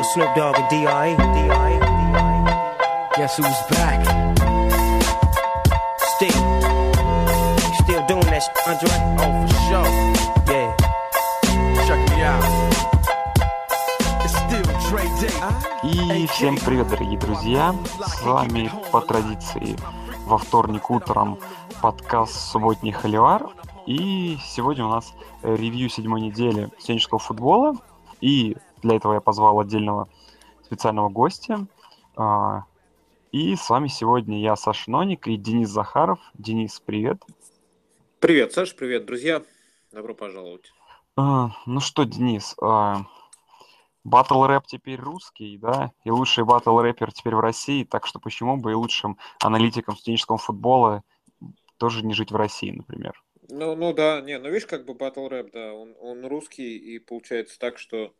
Snoop Dogg and D.I. Guess who's back? Still. You still doing that shit, Andre? Oh, for sure. Yeah. Check me out. It's still Dre Day. И всем привет, дорогие друзья! С вами по традиции во вторник утром подкаст «Субботний Холивар». И сегодня у нас ревью 7-й недели студенческого футбола. И для этого я позвал отдельного специального гостя. И с вами сегодня я, Саша Ноник, и Денис Захаров. Денис, привет! Привет, Саш, привет, друзья. Добро пожаловать. Ну что, Денис, батл рэп теперь русский, да, и лучший батл рэпер теперь в России, так что почему бы и лучшим аналитикам студенческого футбола тоже не жить в России, например. Ну да, видишь, как бы батл рэп, да, он русский, и получается так, что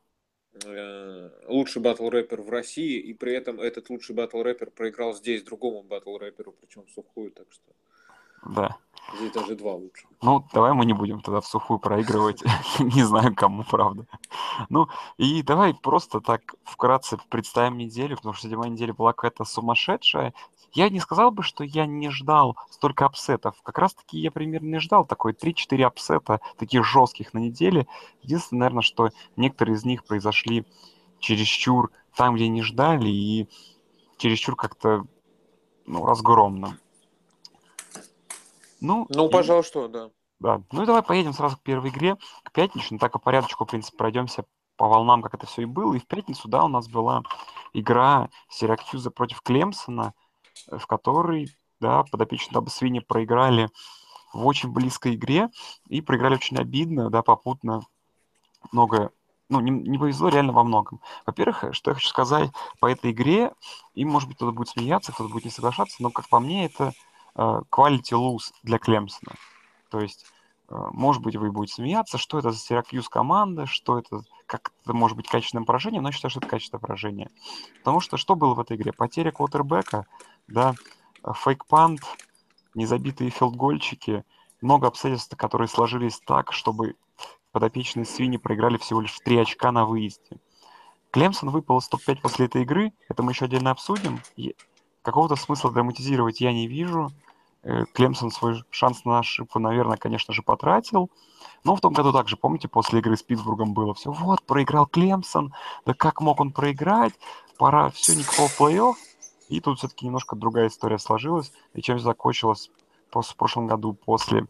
лучший батл рэпер в России, и при этом этот лучший батл рэпер проиграл здесь другому батл рэперу, причем в сухую, так что Да. здесь даже два лучше. Ну, давай мы не будем тогда в сухую проигрывать, не знаю кому, правда. Ну, и давай просто так вкратце представим неделю, потому что 7-я неделя была какая-то сумасшедшая. Я не сказал бы, что я не ждал столько апсетов. Как раз-таки я примерно не ждал такой 3-4 апсета, таких жестких на неделе. Единственное, наверное, что некоторые из них произошли чересчур там, где не ждали, и чересчур как-то, разгромно. Пожалуй, что, да. Да. Ну и давай поедем сразу к первой игре, к пятничной. Так по порядочку, в принципе, пройдемся по волнам, как это все и было. И в пятницу, да, у нас была игра Сиракьюза против Клемсона, в которой, да, подопечные Дабо Свиньи проиграли в очень близкой игре и проиграли очень обидно, да, попутно многое. Не повезло реально во многом. Во-первых, что я хочу сказать по этой игре, и, может быть, кто-то будет смеяться, кто-то будет не соглашаться, но, как по мне, это quality lose для Клемсона. То есть, может быть, вы будете смеяться, что это за Сиракьюз команда, что это, как это может быть качественным поражением, но я считаю, что это качественное поражение. Потому что было в этой игре? Потеря квотербека, да, фейк-пант, незабитые филдгольчики, много обстоятельств, которые сложились так, чтобы подопечные свиньи проиграли всего лишь в 3 очка на выезде. Клемсон выпал из топ-5 после этой игры, это мы еще отдельно обсудим. И какого-то смысла драматизировать я не вижу. Клемсон свой шанс на ошибку, наверное, конечно же, потратил. Но в том году также, помните, после игры с Питтсбургом было все, вот, проиграл Клемсон, да как мог он проиграть, пора, все, никакого плей-офф. И тут все-таки немножко другая история сложилась, и чем закончилось в прошлом году после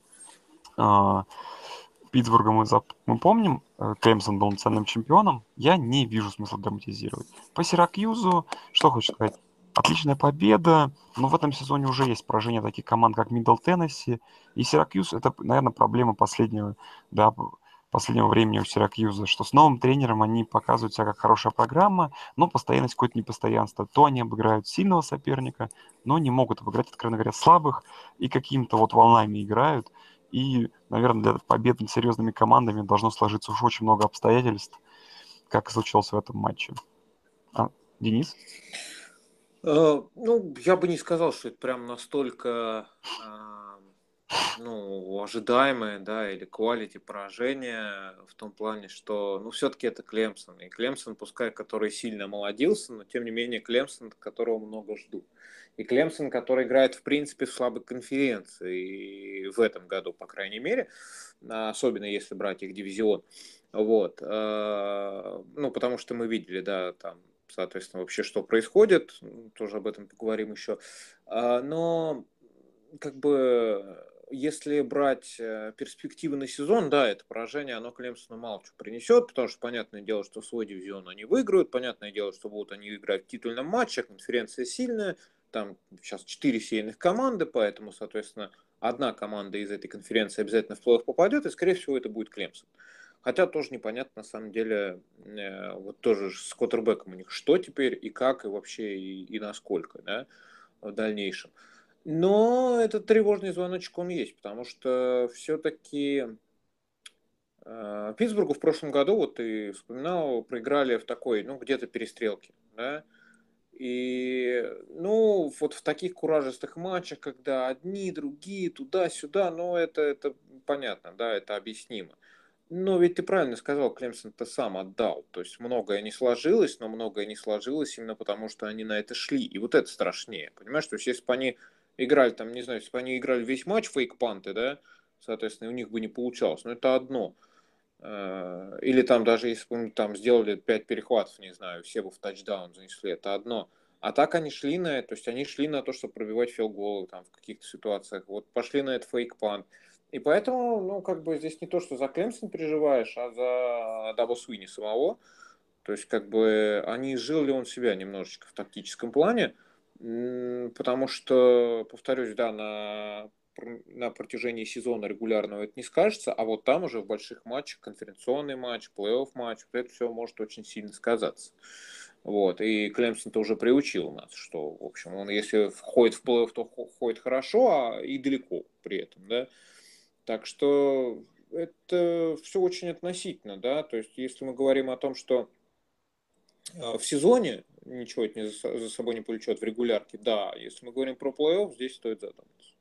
Питтсбурга мы помним, Клемсон был национальным чемпионом, я не вижу смысла драматизировать. По Сиракьюзу, что хочу сказать, отличная победа, но в этом сезоне уже есть поражение таких команд, как Мидл Теннесси, и Сиракьюз — это, наверное, проблема последнего времени у Сиракьюза, что с новым тренером они показывают себя как хорошая программа, но постоянно есть какое-то непостоянство. То они обыграют сильного соперника, но не могут обыграть, откровенно говоря, слабых, и какими-то вот волнами играют. И, наверное, для побед над серьезными командами должно сложиться уж очень много обстоятельств, как и случилось в этом матче. Денис? Я бы не сказал, что это прям настолько ожидаемое, да, или quality поражение в том плане, что, все-таки это Клемсон. И Клемсон, пускай, который сильно молодился, но, тем не менее, Клемсон, от которого много ждут. И Клемсон, который играет, в принципе, в слабой конференции, и в этом году, по крайней мере, особенно если брать их дивизион. Вот. Потому что мы видели, да, там, соответственно, вообще, что происходит, тоже об этом поговорим еще. Но, как бы, если брать перспективы на сезон, да, это поражение, оно Клемсону мало чего принесет, потому что, понятное дело, что свой дивизион они выиграют, понятное дело, что будут они играть в титульном матче, конференция сильная, там сейчас 4 сильных команды, поэтому, соответственно, одна команда из этой конференции обязательно в плей-офф попадет, и, скорее всего, это будет Клемсон. Хотя тоже непонятно, на самом деле, вот тоже с квотербеком у них, что теперь и как, и вообще, и насколько, да, в дальнейшем. Но этот тревожный звоночек, он есть, потому что все-таки Питтсбургу в прошлом году, вот ты вспоминал, проиграли в такой, где-то перестрелке, да, и, вот в таких куражистых матчах, когда одни, другие, туда-сюда, это понятно, да, это объяснимо. Ну, ведь ты правильно сказал, Клемсон-то сам отдал. То есть многое не сложилось, но многое не сложилось именно потому, что они на это шли. И вот это страшнее. Понимаешь, то есть если бы они играли, там, не знаю, если бы они играли весь матч фейк-панты, да, соответственно, у них бы не получалось. Но это одно. Или там даже если бы мы там сделали 5 перехватов, не знаю, все бы в тачдаун занесли, это одно. А так они шли на это, то есть они шли на то, чтобы пробивать филголы там в каких-то ситуациях. Вот пошли на это фейк-пант. И поэтому, ну, как бы здесь не то, что за Клемсон переживаешь, а за Дабо Суини самого. То есть, как бы, они изжил ли он себя немножечко в тактическом плане, потому что, повторюсь, да, на протяжении сезона регулярного это не скажется, а вот там уже в больших матчах, конференционный матч, плей-офф матч, вот это все может очень сильно сказаться. Вот, и Клемсон-то уже приучил нас, что, в общем, он если входит в плей-офф, то ходит хорошо, а и далеко при этом, да. Так что это все очень относительно, да, то есть если мы говорим о том, что в сезоне ничего это за собой не повлечет в регулярке, да, если мы говорим про плей-офф, здесь стоит задуматься.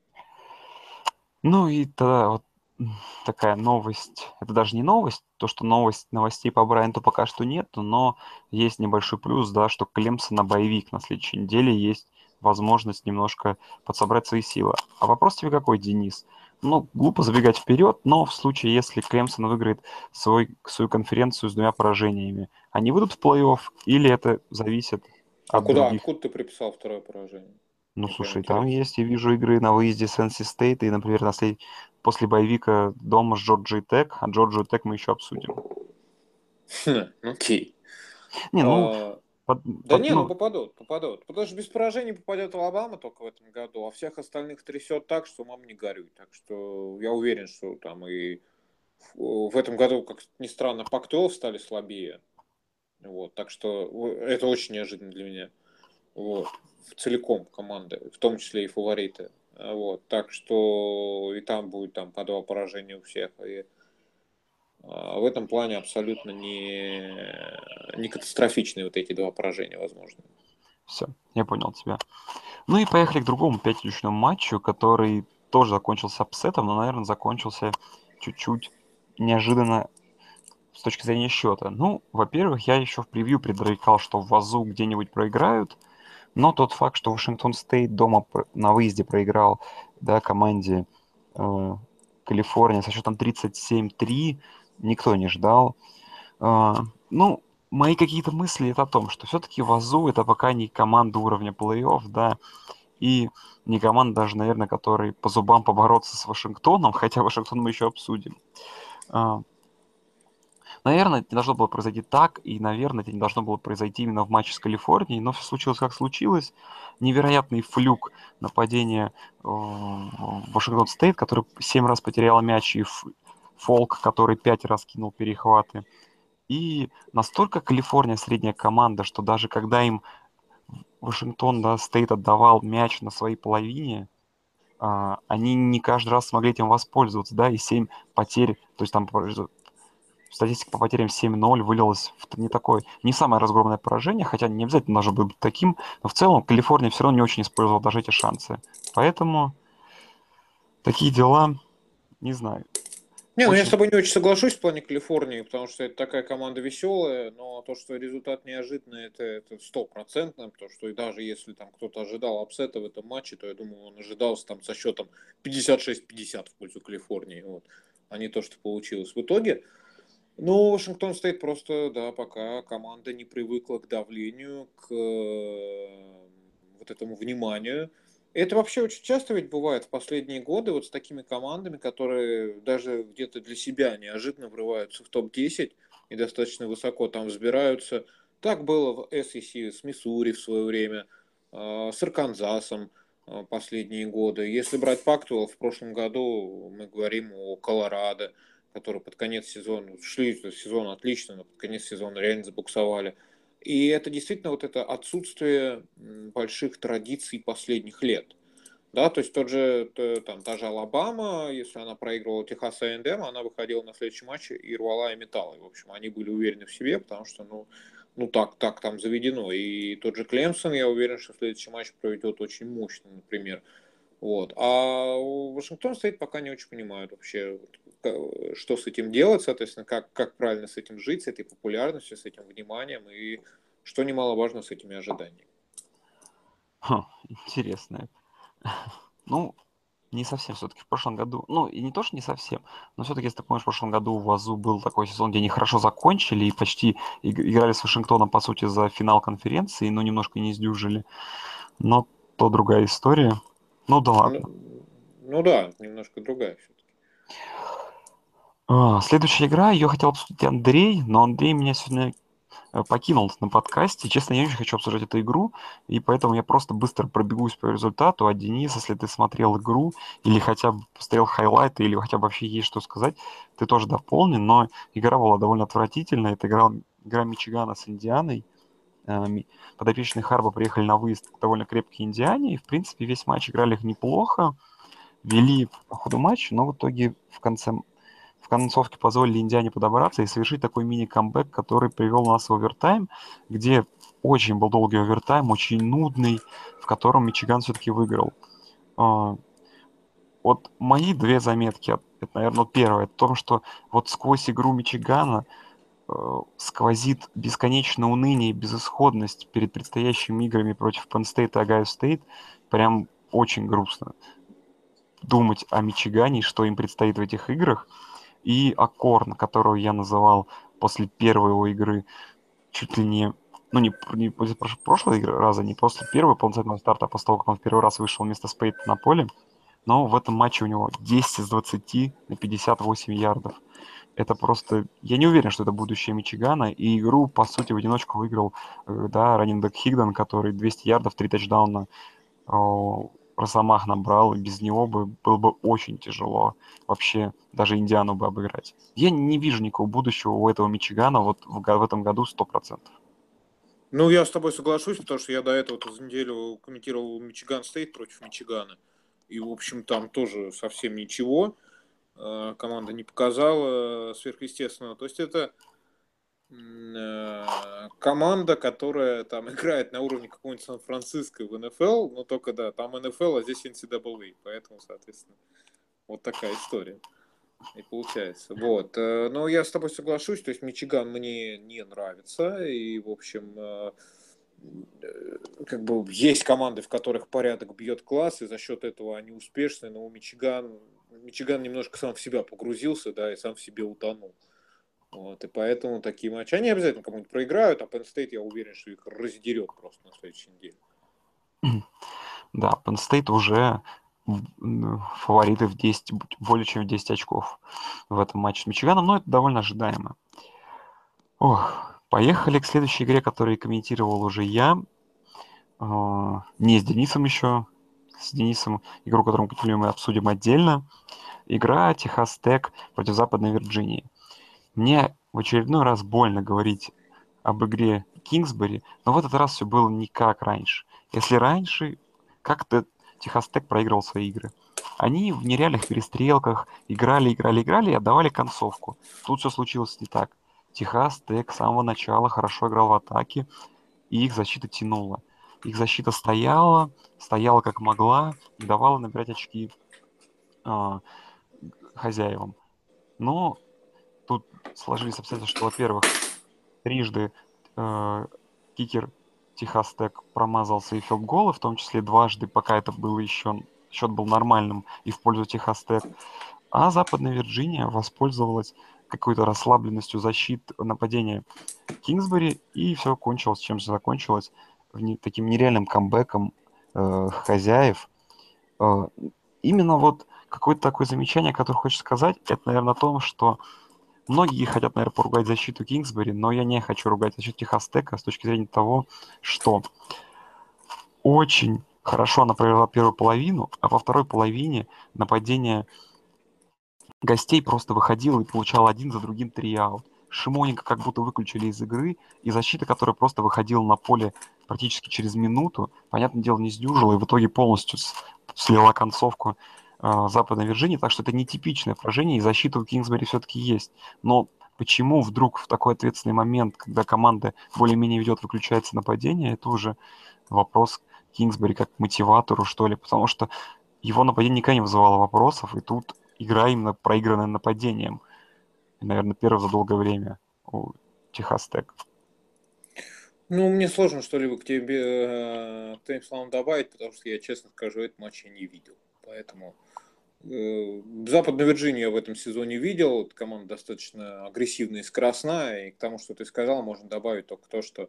Ну и тогда вот такая новость. Это даже не новость, то, что новостей по Брайанту пока что нет, но есть небольшой плюс, да, что Клемсон на боевик на следующей неделе есть возможность немножко подсобрать свои силы. А вопрос тебе какой, Денис? Ну, глупо забегать вперед, но в случае, если Клемсон выиграет свою конференцию с 2 поражениями, они выйдут в плей-офф или это зависит А от других? откуда ты приписал второе поражение? Ну, Мне прям слушай, там интересно. есть, я вижу игры на выезде с NC State и, например, после боевика дома с Джорджией Тек, а Джорджию Тек мы еще обсудим. Окей. Не, ну, А, Да не, ну ну, попадут. Потому что без поражений попадет Алабама только в этом году, а всех остальных трясет так, что мам не горюй. Так что я уверен, что там и в этом году, как ни странно, Пак-12 стали слабее. Вот, так что это очень неожиданно для меня. Вот, целиком команды, в том числе и фавориты. Вот, так что и там будет там по 2 поражения у всех. И в этом плане абсолютно не катастрофичные вот эти 2 поражения, возможно. все, я понял тебя. Ну и поехали к другому пятничному матчу, который тоже закончился апсетом, но, наверное, закончился чуть-чуть неожиданно с точки зрения счета. Ну, во-первых, я еще в превью предрекал, что в Вазу где-нибудь проиграют, но тот факт, что Вашингтон Стейт дома на выезде проиграл, да, команде Калифорния со счетом 37-3, никто не ждал. Ну, мои какие-то мысли это о том, что все-таки Вазу это пока не команда уровня плей-офф, да, и не команда даже, наверное, которой по зубам побороться с Вашингтоном, хотя Вашингтон мы еще обсудим. Наверное, это не должно было произойти так, и, наверное, это не должно было произойти именно в матче с Калифорнией, но все случилось, как случилось. Невероятный флюк нападения в Вашингтон Стейт, который 7 раз потерял мяч, и Фолк, который 5 раз кинул перехваты. И настолько Калифорния средняя команда, что даже когда им Вашингтон, да, Стейт отдавал мяч на своей половине, они не каждый раз смогли этим воспользоваться, да, и 7 потерь, то есть там статистика по потерям 7-0 вылилась в не самое разгромное поражение, хотя не обязательно должно быть таким, но в целом Калифорния все равно не очень использовала даже эти шансы. Поэтому такие дела, не знаю. Не, ну я с Очень, тобой не очень соглашусь в плане Калифорнии, потому что это такая команда веселая, но то, что результат неожиданный, это стопроцентно, потому что и даже если там кто-то ожидал апсета в этом матче, то я думаю, он ожидался там со счетом 56-50 в пользу Калифорнии, вот, а не то, что получилось в итоге. Ну, Вашингтон стоит просто, да, пока команда не привыкла к давлению, к вот этому вниманию. Это вообще очень часто ведь бывает в последние годы вот с такими командами, которые даже где-то для себя неожиданно врываются в топ-10 и достаточно высоко там взбираются. Так было в SEC с Миссури в свое время, с Арканзасом последние годы. Если брать Пактуэлл, в прошлом году мы говорим о Колорадо, которые под конец сезона шли сезон отлично, но под конец сезона реально забуксовали. И это действительно вот это отсутствие больших традиций последних лет. Да, то есть та же Алабама, если она проигрывала Техас A&M, она выходила на следующий матч и рвала и металла. И, в общем, они были уверены в себе, потому что, так там заведено. И тот же Клемсон, я уверен, что следующий матч проведет очень мощно, например. Вот. А Вашингтон стоит пока не очень понимают вообще, что с этим делать, соответственно, как правильно с этим жить, с этой популярностью, с этим вниманием и, что немаловажно, с этими ожиданиями. Интересно. Ну, не совсем все-таки в прошлом году. Ну, и не то, что не совсем, но все-таки, если ты помнишь, в прошлом году у ВАЗу был такой сезон, где они хорошо закончили и почти играли с Вашингтоном, по сути, за финал конференции, но немножко не сдюжили. Но то другая история. Ну да ладно. Ну да, немножко другая все-таки. Следующая игра, ее хотел обсудить Андрей, но Андрей меня сегодня покинул на подкасте. Честно, я не очень хочу обсуждать эту игру, и поэтому я просто быстро пробегусь по результату. А Денис, если ты смотрел игру, или хотя бы посмотрел хайлайты, или хотя бы вообще есть что сказать, ты тоже дополни. Но игра была довольно отвратительная. Это игра Мичигана с Индианой. Подопечные Харба приехали на выезд к довольно крепкой Индиане, и, в принципе, весь матч играли их неплохо. Вели по ходу матча, но в итоге в концовке позволили Индиане подобраться и совершить такой мини-камбэк, который привел нас в овертайм, где очень был долгий овертайм, очень нудный, в котором Мичиган все-таки выиграл. Вот мои две заметки, это, наверное, первое, о том, что вот сквозь игру Мичигана сквозит бесконечное уныние и безысходность перед предстоящими играми против Penn State и Ohio State. Прям очень грустно думать о Мичигане, что им предстоит в этих играх. И Акорн, которого я называл после первой его игры чуть ли не... Ну, не после прошлой раза, не после первого полноценного старта, а после того, как он в первый раз вышел вместо Спейта на поле. Но в этом матче у него 10 из 20 на 58 ярдов. Это просто... Я не уверен, что это будущее Мичигана. И игру, по сути, в одиночку выиграл раннинбэк Хигден, который 200 ярдов, 3 тачдауна Росомах набрал, и без него было бы очень тяжело вообще даже Индиану бы обыграть. Я не вижу никакого будущего у этого Мичигана вот в этом году 100%. Ну, я с тобой соглашусь, потому что я до этого за неделю комментировал Мичиган Стейт против Мичигана. И, в общем, там тоже совсем ничего. Команда не показала сверхъестественного. То есть это команда, которая там играет на уровне какого-нибудь Сан-Франциско в НФЛ, но только, да, там НФЛ, а здесь NCAA, поэтому, соответственно, вот такая история и получается. Вот. Но я с тобой соглашусь, то есть Мичиган мне не нравится, и, в общем, как бы есть команды, в которых порядок бьет класс, и за счет этого они успешны, но Мичиган немножко сам в себя погрузился, да, и сам в себе утонул. Вот, и поэтому такие матчи, они обязательно кому-нибудь проиграют, а Penn State, я уверен, что их раздерет просто на следующей неделе. Да, Penn State уже фавориты в 10, более чем в 10 очков в этом матче с Мичиганом, но это довольно ожидаемо. Поехали к следующей игре, которую комментировал уже я. Не с Денисом еще. С Денисом игру, которую мы обсудим отдельно. Игра Техас Тек против Западной Вирджинии. Мне в очередной раз больно говорить об игре Кингсбери, но в этот раз все было не как раньше. Если раньше как-то Техас Тек проигрывал свои игры. Они в нереальных перестрелках играли и отдавали концовку. Тут все случилось не так. Техас Тек с самого начала хорошо играл в атаке, и их защита тянула. Их защита стояла как могла, и давала набирать очки хозяевам. Но тут сложились обстоятельства, что, во-первых, трижды кикер Техас Тек промазался и филд-голы, в том числе дважды, пока это было еще... Счет был нормальным и в пользу Техас Тек. А Западная Вирджиния воспользовалась какой-то расслабленностью защиты нападения Кингсбери, и все кончилось, чем все закончилось, таким нереальным камбэком хозяев. Именно вот какое-то такое замечание, которое хочется сказать, это, наверное, о том, что многие хотят, наверное, поругать защиту Кингсбери, но я не хочу ругать защиту Техас Тека с точки зрения того, что очень хорошо она провела первую половину, а во второй половине нападение гостей просто выходило и получало один за другим 3 аут. Шимоненко как будто выключили из игры, и защита, которая просто выходила на поле практически через минуту, понятное дело, не сдюжила, и в итоге полностью слила концовку Западной Вирджинии, так что это нетипичное поражение, и защита у Кингсбери все-таки есть. Но почему вдруг в такой ответственный момент, когда команда более-менее ведет, выключается нападение, это уже вопрос Кингсбери как мотиватору, что ли, потому что его нападение никогда не вызывало вопросов, и тут игра именно проигранная нападением. И, наверное, первая за долгое время у Техас Тек. Ну, мне сложно что-либо к тебе, к твоим словам добавить, потому что я, честно скажу, этот матч я не видел. Поэтому Западную Вирджинию я в этом сезоне видел. Эта команда достаточно агрессивная и скоростная. И к тому, что ты сказал, можно добавить только то, что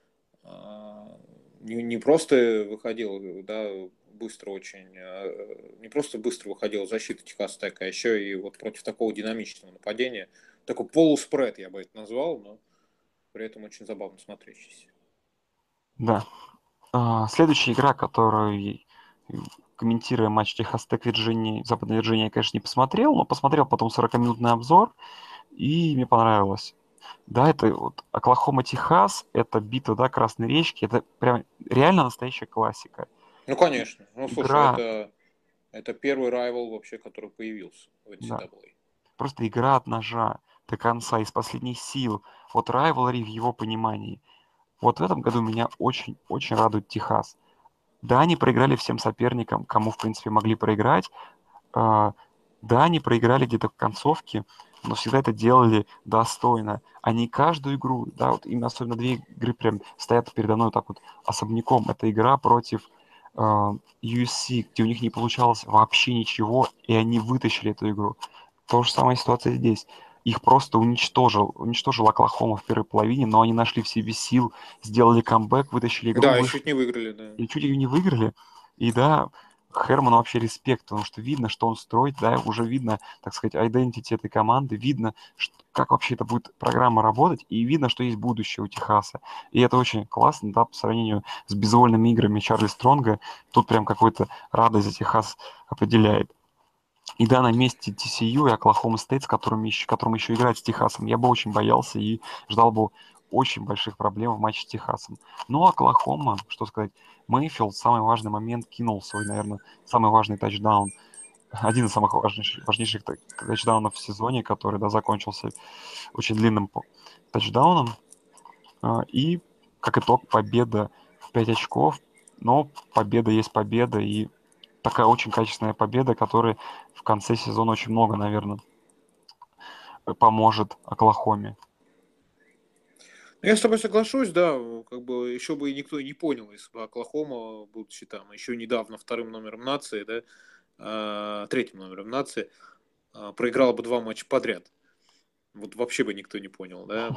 не просто выходил, да, быстро очень, не просто быстро выходила защита Техас Тек, а еще и вот против такого динамичного нападения. Такой полуспред, я бы это назвал, но при этом очень забавно смотрящийся. Да. Следующая игра, которую, комментируя матч Техас Тек Вирджинии, Западной Вирджинии, я, конечно, не посмотрел, но посмотрел потом 40-минутный обзор, и мне понравилось. Да, это вот Оклахома Техас, это битва, да, Красной речки, это прям реально настоящая классика. Ну, конечно. Ну, слушай, Игра, это первый райвал вообще, который появился в да, NCAA. просто игра от ножа до конца, из последних сил. Вот rivalry в его понимании. Вот в этом году меня очень-очень радует Техас. Да, они проиграли всем соперникам, кому, в принципе, могли проиграть. Да, они проиграли где-то в концовке, но всегда это делали достойно. Они каждую игру, да, вот именно особенно две игры прям стоят передо мной вот так вот особняком. Это игра против USC, где у них не получалось вообще ничего, и они вытащили эту игру. То же самая ситуация здесь. Их просто уничтожил Оклахома в первой половине, но они нашли в себе сил, сделали камбэк, вытащили игру, Да, и вышли чуть не выиграли, да. и чуть ее не выиграли. И да, Херману вообще респект, потому что видно, что он строит, да, уже видно, так сказать, identity этой команды, видно, как вообще это будет программа работать, и видно, что есть будущее у Техаса. И это очень классно, да, по сравнению с безвольными играми Чарли Стронга, тут прям какой-то радость за Техас определяет. И да, на месте TCU и Оклахома Стейт, с которым еще играть с Техасом, я бы очень боялся и ждал бы очень больших проблем в матче с Техасом. Ну, Оклахома, что сказать, Мейфилд в самый важный момент кинул свой, наверное, самый важный тачдаун. Один из самых важнейших тачдаунов в сезоне, который, да, закончился очень длинным тачдауном. И, как итог, победа в 5 очков. Но победа есть победа, и такая очень качественная победа, которая в конце сезона очень много, наверное, поможет Оклахоме. Я с тобой соглашусь, да, как бы еще бы никто и не понял, если бы Оклахома, будучи там еще недавно вторым номером нации, да, третьим номером нации, проиграла бы 2 матча подряд. Вот вообще бы никто не понял, да.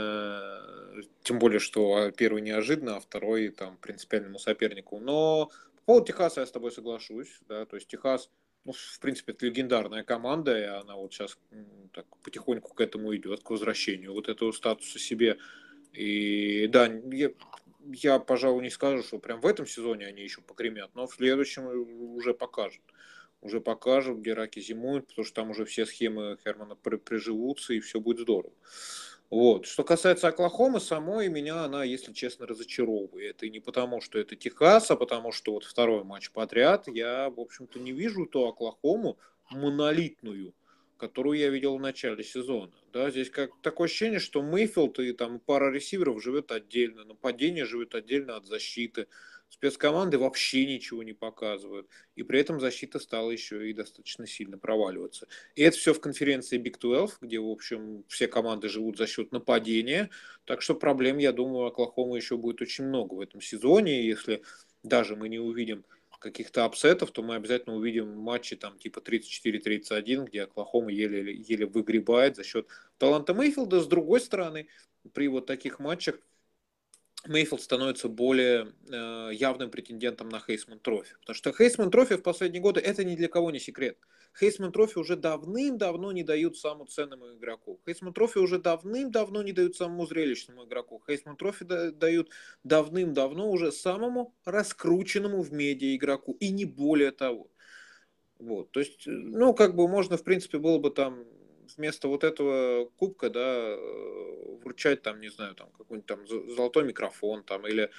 Тем более, что первый неожиданно, а второй там принципиальному сопернику. Но по поводу Техаса я с тобой соглашусь, да, то есть Техас, ну, в принципе, это легендарная команда, и она вот сейчас так потихоньку к этому идет, к возвращению вот этого статуса себе. И да, я, пожалуй, не скажу, что прям в этом сезоне они еще погремят, но в следующем уже покажут. Уже покажут, где раки зимуют, потому что там уже все схемы Хермана приживутся, и все будет здорово. Вот. Что касается Оклахомы самой, меня она, если честно, разочаровывает. И не потому, что это Техас, а потому, что вот второй матч подряд я, в общем-то, не вижу ту Оклахому монолитную, которую я видел в начале сезона. Да, здесь как такое ощущение, что Мейфилд и там пара ресиверов живет отдельно, нападение живет отдельно от защиты. Спецкоманды вообще ничего не показывают. И при этом защита стала еще и достаточно сильно проваливаться. И это все в конференции Big 12, где, в общем, все команды живут за счет нападения. Так что проблем, я думаю, Оклахома еще будет очень много в этом сезоне. И если даже мы не увидим каких-то апсетов, то мы обязательно увидим матчи там типа 34-31, где Оклахома еле выгребает за счет таланта Мейфилда. С другой стороны, при вот таких матчах Мейфилд становится более явным претендентом на Хейсман Трофи. Потому что Хейсман Трофи в последние годы это ни для кого не секрет. Хейсман Трофи уже давным-давно не дают самому ценному игроку. Хейсман Трофи уже давным-давно не дают самому зрелищному игроку. Хейсман Трофи дают давным-давно уже самому раскрученному в медиа игроку. И не более того. Вот. То есть, ну, как бы можно, в принципе, было бы там вместо вот этого кубка, да, вручать там, не знаю, там какой-нибудь там золотой микрофон там или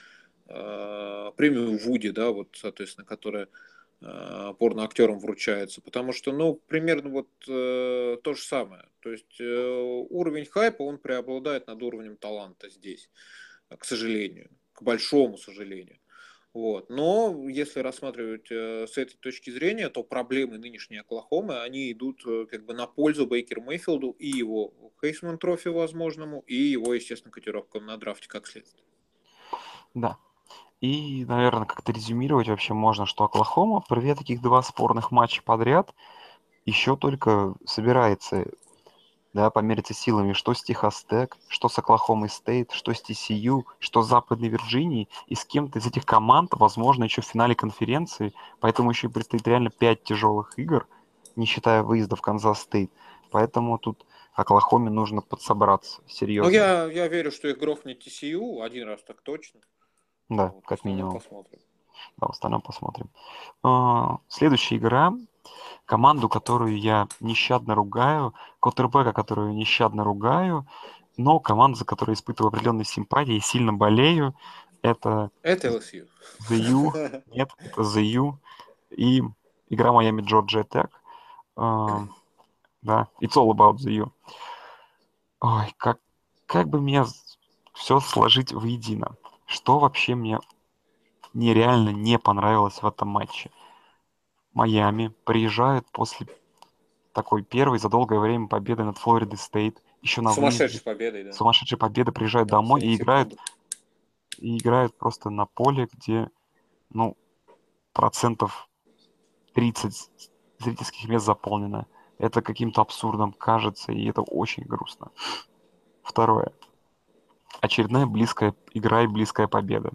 премию Вуди, да, вот, соответственно, которая порноактерам вручается, потому что, ну, примерно вот то же самое. То есть уровень хайпа, он преобладает над уровнем таланта здесь, к сожалению, к большому сожалению. Вот. Но если рассматривать с этой точки зрения, то проблемы нынешней Оклахомы, они идут как бы на пользу Бейкеру Мейфилду и его Хейсман Трофи возможному, и его, естественно, котировкам на драфте как следствие. Да. И, наверное, как-то резюмировать вообще можно, что Оклахома, проведя таких 2 спорных матча подряд, еще только собирается, да, помериться силами, что с Техас Тек, что с Оклахомой Стейт, что с TCU, что с Западной Вирджинией, и с кем-то из этих команд, возможно, еще в финале конференции, поэтому еще и предстоит реально 5 тяжелых игр, не считая выезда в Канзас Стейт. Поэтому тут Оклахоме нужно подсобраться Ну, серьезно. я верю, что их грохнет TCU один раз так точно. Да, Вот, в как остальном минимум. посмотрим. Да, в остальном посмотрим. Следующая игра. Команду, которую я нещадно ругаю, квотербека, которую нещадно ругаю, но команда, за которую испытываю определенные симпатии и сильно болею, это Это LSU. The U. Нет, это The U. И игра Miami Georgia Tech. А, да, it's all about The U. Ой, как бы мне все сложить воедино? Что вообще мне нереально не понравилось в этом матче? Майами приезжают после такой первой за долгое время победы над Флорида Стейт, еще на выезде, Сумасшедшей победой, да. сумасшедшей победы, приезжают домой Последнюю секунду. и играют просто на поле, где, ну, процентов 30 зрительских мест заполнено. Это каким-то абсурдом кажется, и это очень грустно. Второе. Очередная близкая игра и близкая победа.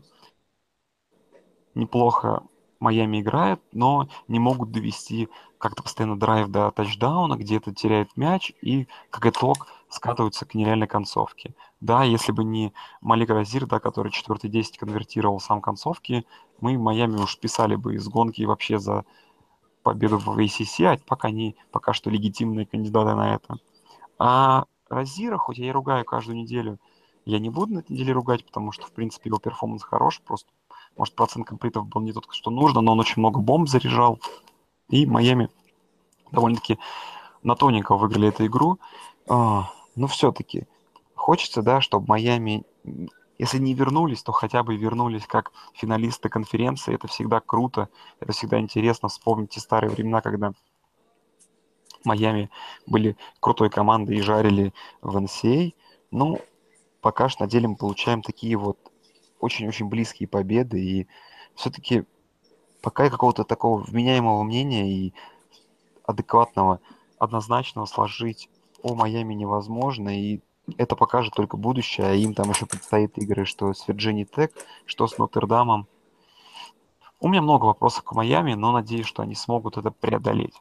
Неплохо Майами играет, но не могут довести как-то постоянно драйв до тачдауна, где-то теряют мяч и, как итог, скатываются к нереальной концовке. Да, если бы не Малик Розир, да, который 4-10 конвертировал сам концовки, мы в Майами уж писали бы из гонки вообще за победу в ACC, а пока что легитимные кандидаты на это. А Розира, хоть я и ругаю каждую неделю, я не буду на этой неделе ругать, потому что, в принципе, его перформанс хорош, просто, может, процент комплитов был не тот, что нужно, но он очень много бомб заряжал, и Майами довольно-таки на тоненько выиграли эту игру. Но все-таки хочется, да, чтобы Майами, если не вернулись, то хотя бы вернулись как финалисты конференции. Это всегда круто, это всегда интересно вспомнить те старые времена, когда Майами были крутой командой и жарили в NCAA. Ну, пока что на деле мы получаем такие вот очень-очень близкие победы. И все-таки пока какого-то такого вменяемого мнения и адекватного, однозначного сложить о Майами невозможно. И это покажет только будущее. А им там еще предстоит игры, что с Вирджинией Тек, что с Нотр-Дамом. У меня много вопросов к Майами, но надеюсь, что они смогут это преодолеть.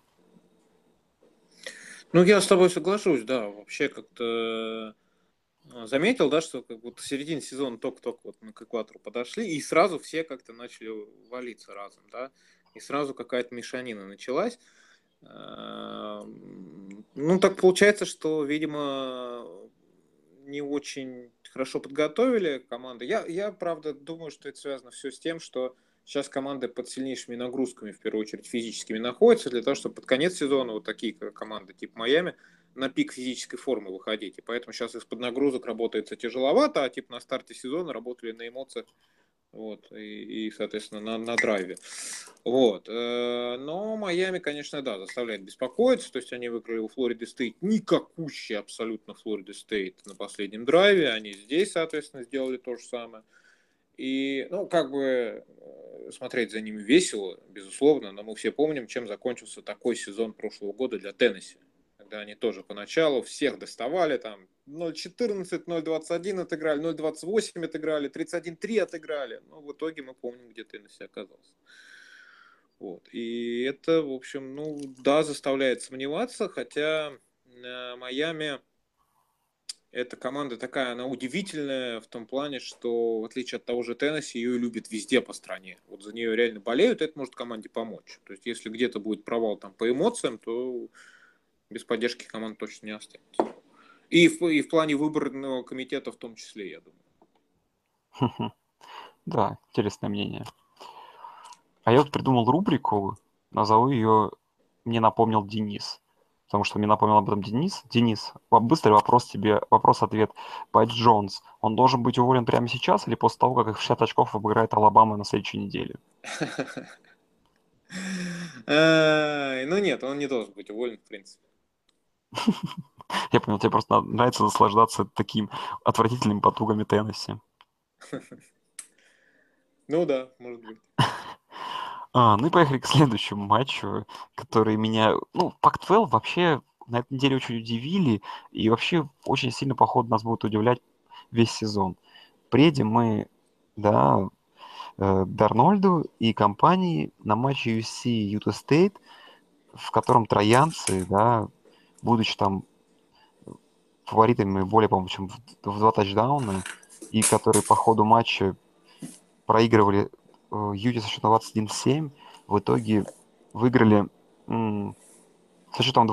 Ну, я с тобой соглашусь, да. Вообще как-то заметил, да, что как будто в середине сезона только-только вот мы к экватору подошли, и сразу все как-то начали валиться разом, да. И сразу какая-то мешанина началась. Ну, так получается, что, видимо, не очень хорошо подготовили команды. Я, правда, думаю, что это связано все с тем, что сейчас команды под сильнейшими нагрузками, в первую очередь физическими, находятся для того, чтобы под конец сезона вот такие команды типа Майами на пик физической формы выходить. И поэтому сейчас из-под нагрузок работается тяжеловато, а типа на старте сезона работали на эмоциях, вот, соответственно, на драйве. Вот. Но Майами, конечно, да, заставляет беспокоиться. То есть они выиграли у Флориды Стейт никакущий абсолютно Флориды Стейт на последнем драйве. Они здесь, соответственно, сделали то же самое. И, ну, как бы смотреть за ними весело, безусловно, но мы все помним, чем закончился такой сезон прошлого года для Теннесси. Когда они тоже поначалу всех доставали, там 0.14, 0.21 отыграли, 0.28 отыграли, 31.3 отыграли. Но в итоге мы помним, где Теннесси оказался. Вот. И это, в общем, ну, да, заставляет сомневаться, хотя Майами эта команда такая, она удивительная в том плане, что в отличие от того же Теннесси, ее любят везде по стране. Вот за нее реально болеют, это может команде помочь. То есть, если где-то будет провал там по эмоциям, то без поддержки команд точно не останется. И в плане выборного комитета в том числе, я думаю. Да, интересное мнение. А я вот придумал рубрику, назову ее «Мне напомнил Денис». потому что мне напомнил об этом Денис. Денис, быстрый вопрос тебе, вопрос-ответ. Пэт Джонс, он должен быть уволен прямо сейчас или после того, как их в 60 очков обыграет Алабама на следующей неделе? Ну нет, он не должен быть уволен, в принципе. Я понял, тебе просто нравится наслаждаться таким отвратительными потугами Теннесси. Ну да, может быть. Ну и поехали к следующему матчу, который меня... Ну, Pac-12 вообще на этой неделе очень удивили, и вообще очень сильно, походу, нас будет удивлять весь сезон. Приедем мы, да, Дарнольду и компании на матче USC Utah State, в котором троянцы, да, будучи там фаворитами более, по-моему, чем в 2 тачдауна, и которые по ходу матча проигрывали Юте со счетом 21-7, в итоге выиграли со счетом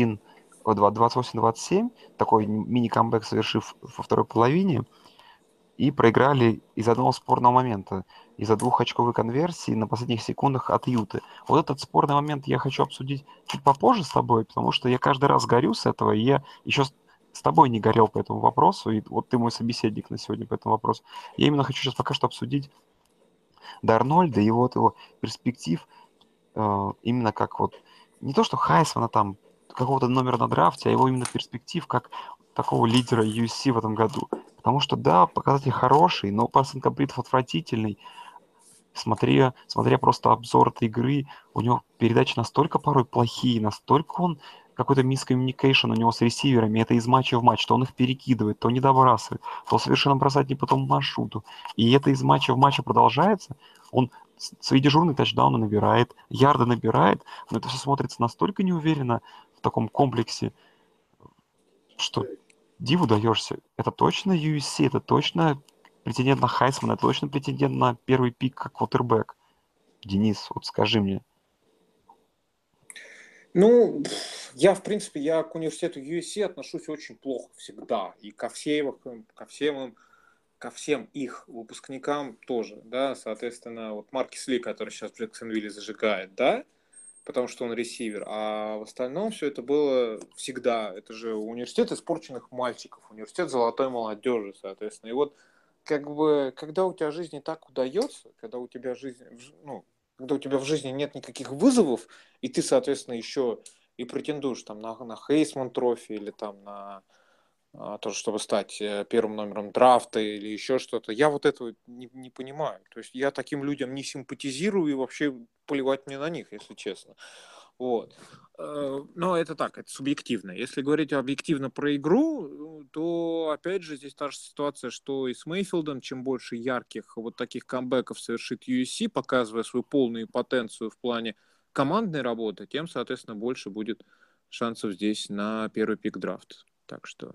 28-27, такой мини-камбэк совершив во второй половине, и проиграли из одного спорного момента, из-за 2-очковой конверсии на последних секундах от Юты. Вот этот спорный момент я хочу обсудить чуть попозже с тобой, потому что я каждый раз горю с этого, и я еще с тобой не горел по этому вопросу, и вот ты мой собеседник на сегодня по этому вопросу. Я именно хочу сейчас пока что обсудить Дарнольда и вот его перспектив, именно как вот, не то что Хайсмана там, какого-то номера на драфте, а его именно перспектив как такого лидера USC в этом году. Потому что, да, показатель хороший, но пас инкомплитов отвратительный. Смотря просто обзор этой игры, у него передачи настолько порой плохие, настолько он какой-то мискоммуникейшн у него с ресиверами, это из матча в матч, то он их перекидывает, то не добрасывает, то совершенно бросает не по тому маршруту. И это из матча в матч продолжается, он свои дежурные тачдауны набирает, ярды набирает, но это все смотрится настолько неуверенно в таком комплексе, что диву даешься. Это точно USC, это точно претендент на Хайсмана, это точно претендент на первый пик как квотербек. Денис, вот скажи мне. Ну, я, в принципе, я к университету USC отношусь очень плохо всегда. И ко всем их выпускникам тоже, да, соответственно, вот Маркис Ли, который сейчас в Джексонвилле зажигает, да, потому что он ресивер, а в остальном все это было всегда. Это же университет испорченных мальчиков, университет золотой молодежи, соответственно. И вот как бы, когда у тебя жизнь не так удается, когда у тебя жизнь, ну, когда у тебя в жизни нет никаких вызовов, и ты, соответственно, еще и претендуешь там на Хейсман трофи или там на то, чтобы стать первым номером драфта или еще что-то. Я вот этого не понимаю. То есть я таким людям не симпатизирую и вообще плевать мне на них, если честно. Вот. Но это так, это субъективно. Если говорить объективно про игру, то опять же здесь та же ситуация, что и с Мейфилдом. Чем больше ярких вот таких камбэков совершит USC, показывая свою полную потенцию в плане командной работы, тем, соответственно, больше будет шансов здесь на первый пик драфта. Так что...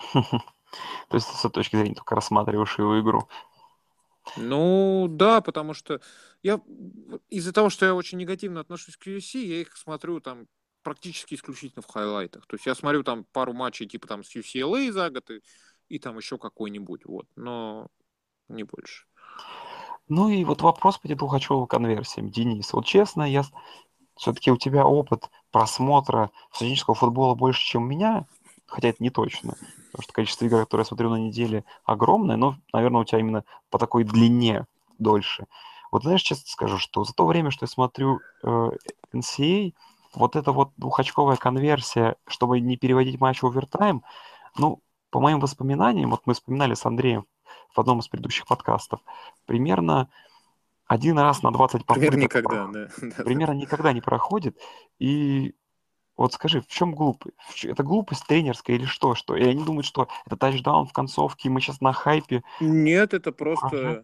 То есть ты с этой точки зрения только рассматриваешь его игру. Ну, да, потому что я из-за того, что я очень негативно отношусь к UFC, я их смотрю там практически исключительно в хайлайтах. То есть я смотрю там пару матчей типа там с UCLA за год и там еще какой-нибудь, вот, но не больше. Ну и вот вопрос по двухочковым конверсиям. Денис, вот честно, я все-таки у тебя опыт просмотра студенческого футбола больше, чем у меня, хотя это не точно, потому что количество игр, которые я смотрю на неделе, огромное, но, наверное, у тебя именно по такой длине дольше. Вот знаешь, честно скажу, что за то время, что я смотрю NCAA, вот эта вот двухочковая конверсия, чтобы не переводить матч в овертайм, ну, по моим воспоминаниям, вот мы вспоминали с Андреем в одном из предыдущих подкастов, примерно один раз на 20 попыток. Примерно никогда, да. Примерно никогда не проходит. И вот скажи, в чем глупость? Это глупость тренерская или что? И они думают, что это тачдаун в концовке, и мы сейчас на хайпе. Нет, это просто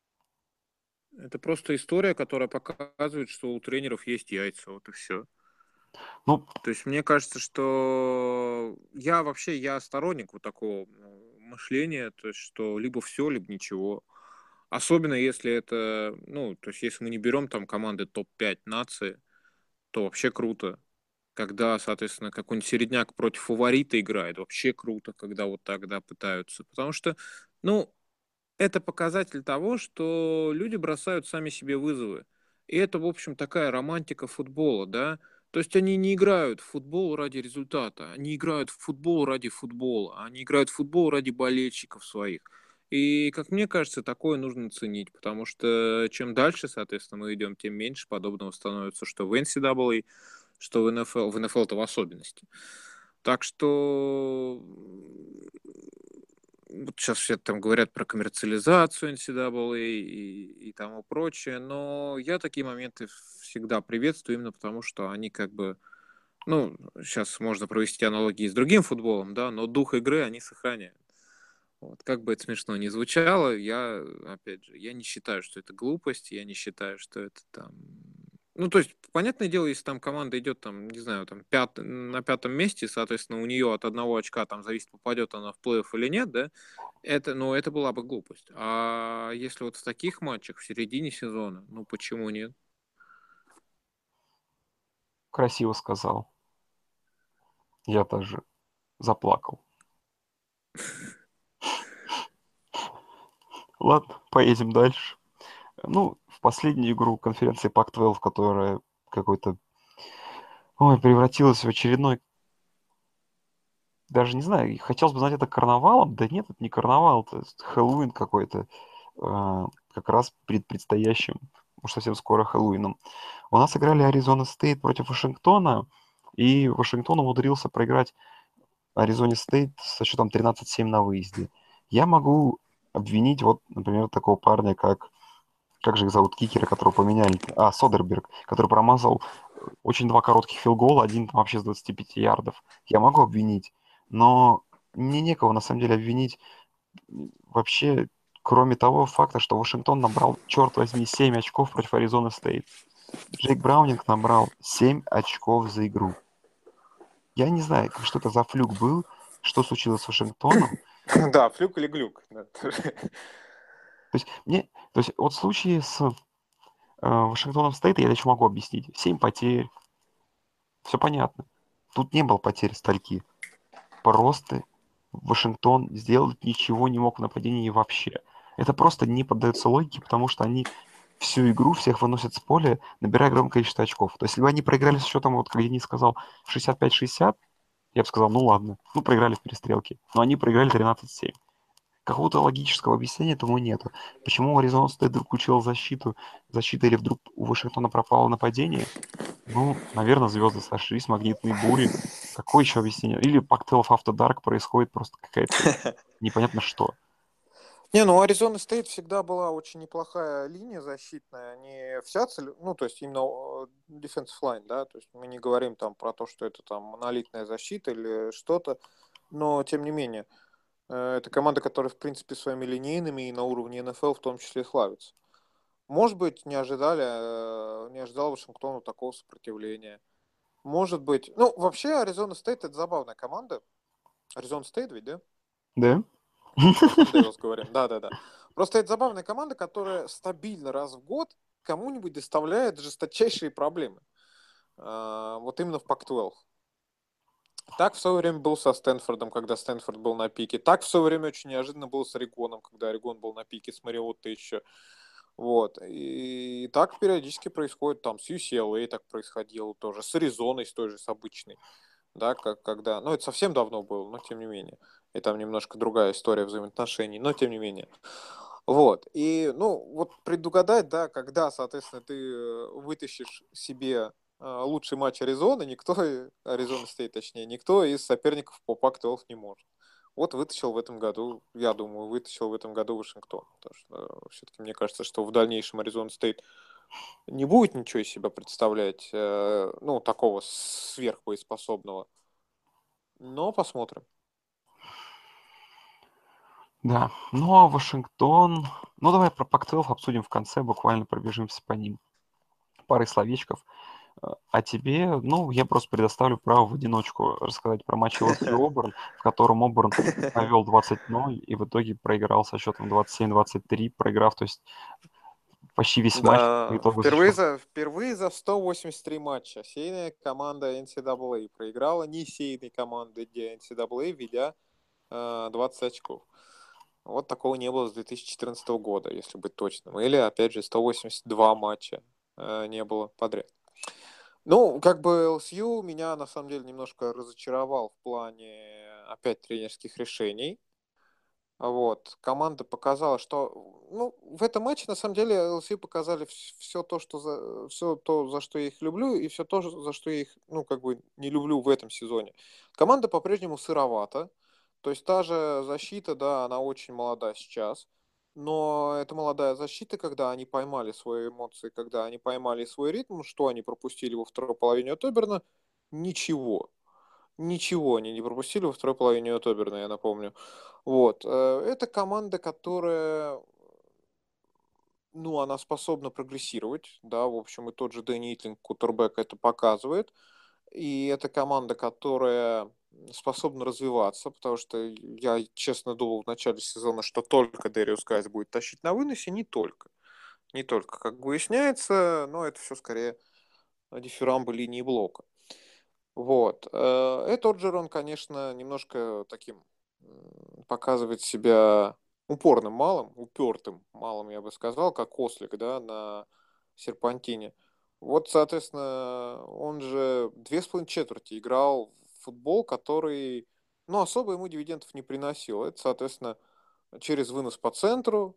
история, которая показывает, что у тренеров есть яйца, вот и все. Ну, то есть мне кажется, что я сторонник вот такого мышления, то есть что либо все, либо ничего. Особенно если это, то есть если мы не берем там команды топ-5 нации, то вообще круто. Когда, соответственно, какой-нибудь середняк против фаворита играет, вообще круто, когда вот тогда пытаются. Потому что, это показатель того, что люди бросают сами себе вызовы. И это, в общем, такая романтика футбола, да. То есть они не играют в футбол ради результата, они играют в футбол ради футбола, они играют в футбол ради болельщиков своих. И, как мне кажется, такое нужно ценить, потому что чем дальше, соответственно, мы идем, тем меньше подобного становится, что в NCAA, что в НФЛ, в НФЛ-то в особенности. Так что вот сейчас все там говорят про коммерциализацию NCAA и тому прочее, но я такие моменты всегда приветствую именно потому, что они как бы, ну, сейчас можно провести аналогии с другим футболом, да, но дух игры они сохраняют. Вот, как бы это смешно ни звучало, я, опять же, я не считаю, что это глупость, я не считаю, что это там... Ну, то есть, понятное дело, если там команда идет, там, не знаю, там, на пятом месте, соответственно, у нее от одного очка там зависит, попадет она в плей-офф или нет, да, это, ну, это была бы глупость. А если вот в таких матчах, в середине сезона, ну, почему нет? Красиво сказал. Я даже заплакал. Ладно, поедем дальше. Ну, в последнюю игру конференции Pac-12, которая какой-то... Ой, превратилась в очередной... Даже не знаю, хотелось бы знать, это карнавалом? Да нет, это не карнавал, это Хэллоуин какой-то. Как раз перед предстоящим, уж совсем скоро Хэллоуином. У нас играли Аризона Стейт против Вашингтона, и Вашингтон умудрился проиграть Аризоне Стейт со счетом 13-7 на выезде. Я могу обвинить, вот, например, такого парня, как же их зовут, кикера, которого поменяли? Содерберг, который промазал очень два коротких филгола, один там вообще с 25 ярдов. Я могу обвинить, но мне некого на самом деле обвинить вообще, кроме того факта, что Вашингтон набрал, черт возьми, 7 очков против Аризоны Стейт. Джейк Браунинг набрал 7 очков за игру. Я не знаю, что это за флюк был, что случилось с Вашингтоном. Да, флюк или глюк. То есть вот в случае с Вашингтоном Стейт я еще могу объяснить. 7 потерь, все понятно. Тут не было потерь стальки. Просто Вашингтон сделать ничего не мог в нападении вообще. Это просто не поддается логике, потому что они всю игру всех выносят с поля, набирая огромное количество очков. То есть, если бы они проиграли с счетом, вот как Денис сказал, 65-60, я бы сказал, ну ладно, ну проиграли в перестрелке. Но они проиграли 13-7. Какого-то логического объяснения этому нету. Почему Аризона Стейт вдруг включила защита или вдруг у Вашингтона пропало нападение? Ну, наверное, звезды сошлись, магнитные бури. Какое еще объяснение? Или Pac-12 After Dark происходит просто какая-то непонятно что. Не, ну у Аризоны Стейт всегда была очень неплохая линия защитная, не вся ну, то есть именно defensive line, да, то есть мы не говорим там про то, что это там монолитная защита или что-то, но тем не менее, это команда, которая, в принципе, своими линейными и на уровне НФЛ в том числе славится. Может быть, не ожидал Вашингтону такого сопротивления. Может быть, ну, вообще Аризона Стейт это забавная команда. Аризона Стейт ведь, да? Да? Остин Дэвилс говорим, да-да-да. Просто это забавная команда, которая стабильно раз в год кому-нибудь доставляет жесточайшие проблемы. Вот именно в Pac-12. Так в свое время был со Стэнфордом, когда Стэнфорд был на пике. Так в свое время очень неожиданно было с Орегоном, когда Орегон был на пике, с Мариоттой еще. Вот. И так периодически происходит там с UCLA, так происходило тоже, с Аризоной, с той же, с обычной. Да, когда... Ну, это совсем давно было, но тем не менее. И там немножко другая история взаимоотношений, но тем не менее. Вот. И, ну, вот предугадать, да, когда, соответственно, ты вытащишь себе лучший матч Аризоны, Аризона Стейт, точнее, никто из соперников по Pac-12 не может. Вот вытащил в этом году, я думаю, вытащил в этом году Вашингтон. Потому что все-таки мне кажется, что в дальнейшем Аризона Стейт не будет ничего из себя представлять, ну, такого сверхбоеспособного. Но посмотрим. Да. Ну, а Вашингтон... Ну, давай про Pac-12 обсудим в конце, буквально пробежимся по ним. Парой словечков. А тебе, ну, я просто предоставлю право в одиночку рассказать про матч LSU-Оберн, в котором Оберн повел 20-0 и в итоге проиграл со счетом 27-23, проиграв, то есть почти весь матч по Да, итогу впервые за 183 матча сейная команда NCAA проиграла несейной команды NCAA, ведя 20 очков. Вот такого не было с 2014 года, если быть точным. Или, опять же, 182 матча не было подряд. Ну, как бы ЛСЮ меня на самом деле немножко разочаровал в плане опять тренерских решений. Вот. Команда показала, что, ну, в этом матче на самом деле ЛСЮ показали все то, все то, за что я их люблю, и все то, за что я их, ну, как бы не люблю в этом сезоне. Команда по-прежнему сыровата. То есть та же защита, да, она очень молода сейчас. Но это молодая защита, когда они поймали свои эмоции, когда они поймали свой ритм, что они пропустили во второй половине от Оберна? Ничего. Ничего они не пропустили во второй половине от Оберна, я напомню. Вот. Это команда, которая, ну, она способна прогрессировать, да, в общем, и тот же Дэнни Итлинг, кутербэк, это показывает. И это команда, которая способна развиваться, потому что я, честно, думал в начале сезона, что только Дэриус Гайс будет тащить на выносе, не только. Не только, как выясняется, но это все скорее дифирамбы линии блока. Вот. Орджерон, конечно, немножко таким показывает себя упорным малым, упертым малым, я бы сказал, как ослик, да, на серпантине. Вот, соответственно, он же 2,5 четверти играл в футбол, который, ну, особо ему дивидендов не приносил. Это, соответственно, через вынос по центру.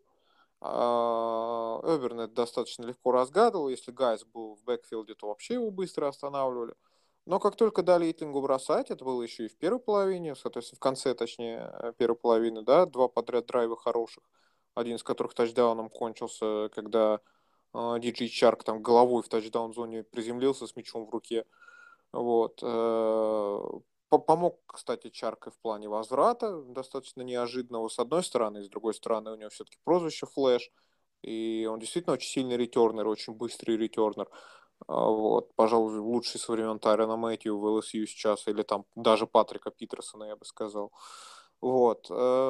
Эберн это достаточно легко разгадывал. Если Гайс был в бэкфилде, то вообще его быстро останавливали. Но как только дали Итлингу бросать, это было еще и в первой половине, соответственно, в конце, точнее, первой половины, да, два подряд драйва хороших, один из которых тачдауном кончился, когда Диджей Чарк там головой в тачдаун-зоне приземлился с мячом в руке. Вот. Помог, кстати, Чарк и в плане возврата, достаточно неожиданного с одной стороны, и с другой стороны у него все-таки прозвище Флэш, и он действительно очень сильный ретернер, очень быстрый ретернер. Вот, пожалуй, лучший со времен Тайрона Мэтью в ЛСЮ сейчас, или там даже Патрика Питерсона, я бы сказал. Вот.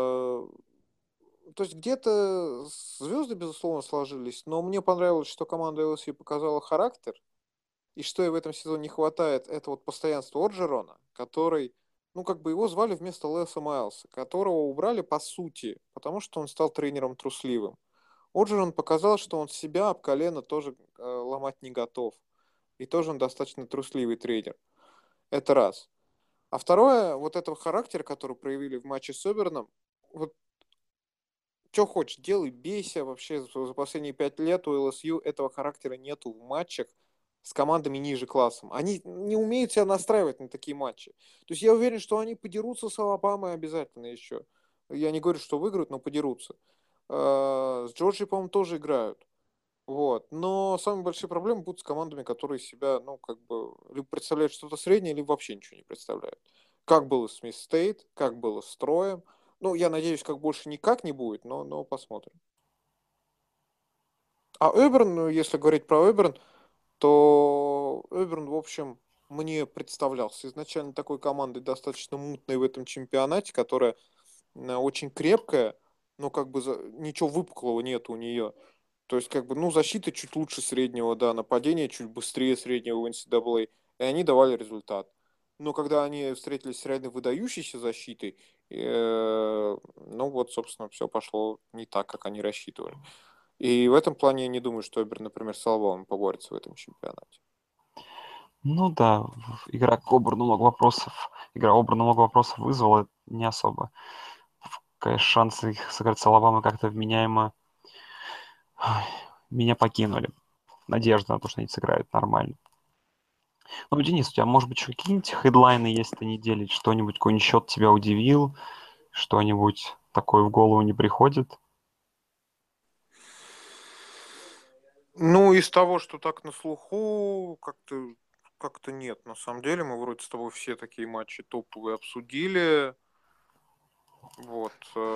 То есть где-то звезды, безусловно, сложились, но мне понравилось, что команда ЛСЮ показала характер, и что и в этом сезоне не хватает, это вот постоянство Орджерона, который, ну, как бы его звали вместо Леса Майлса, которого убрали по сути, потому что он стал тренером трусливым. Орджерон показал, что он себя об колено тоже ломать не готов. И тоже он достаточно трусливый тренер. Это раз. А второе, вот этого характера, который проявили в матче с Оберном, вот что хочешь, делай, бейся. Вообще за последние 5 лет у ЛСЮ этого характера нету в матчах с командами ниже классом. Они не умеют себя настраивать на такие матчи. То есть я уверен, что они подерутся с Алабамой обязательно еще. Я не говорю, что выиграют, но подерутся. С Джорджией, по-моему, тоже играют. Вот. Но самые большие проблемы будут с командами, которые себя, ну, как бы, либо представляют что-то среднее, либо вообще ничего не представляют. Как было с Мисс Стейт, как было с Троем. Ну, я надеюсь, как больше никак не будет, но посмотрим. А Эберн, ну, если говорить про Эберн, то Эберн, в общем, мне представлялся изначально такой командой достаточно мутной в этом чемпионате, которая очень крепкая, но как бы ничего выпуклого нет у нее. То есть, как бы, ну, защита чуть лучше среднего, да, нападение чуть быстрее среднего в NCAA, и они давали результат. Но когда они встретились с реально выдающейся защитой, ну вот, собственно, все пошло не так, как они рассчитывали. И в этом плане я не думаю, что Эбер, например, с Алабамой поборется в этом чемпионате. Ну да, игра к Оберну много вопросов. Игра Оберна много вопросов вызвала, не особо. Конечно, шансы их сыграть с Алабамой как-то вменяемо меня покинули. Надежда на то, что они сыграют нормально. Ну, Денис, у тебя, может быть, еще какие-нибудь хедлайны есть этой недели? Что-нибудь, какой-нибудь счет тебя удивил? Что-нибудь такое в голову не приходит? Ну, из того, что так на слуху, как-то нет. На самом деле, мы вроде с тобой все такие матчи топовые обсудили. Вот.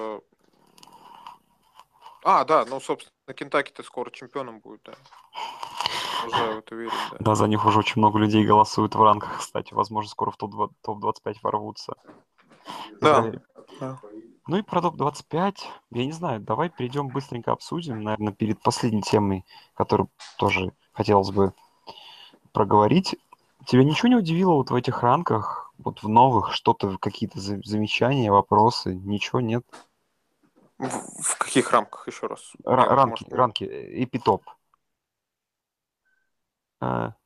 Да, ну, собственно, Кентаки-то скоро чемпионом будет, да. Продолжаю в это верить, да. Да, за них уже очень много людей голосуют в ранках, кстати. Возможно, скоро в топ-25 ворвутся. Да. Ну и про топ-25, я не знаю, давай перейдем быстренько обсудим, наверное, перед последней темой, которую тоже хотелось бы проговорить. Тебя ничего не удивило вот в этих ранках, вот в новых, что-то, какие-то замечания, вопросы? Ничего нет? В каких рамках, еще раз? Ранки, эпитоп.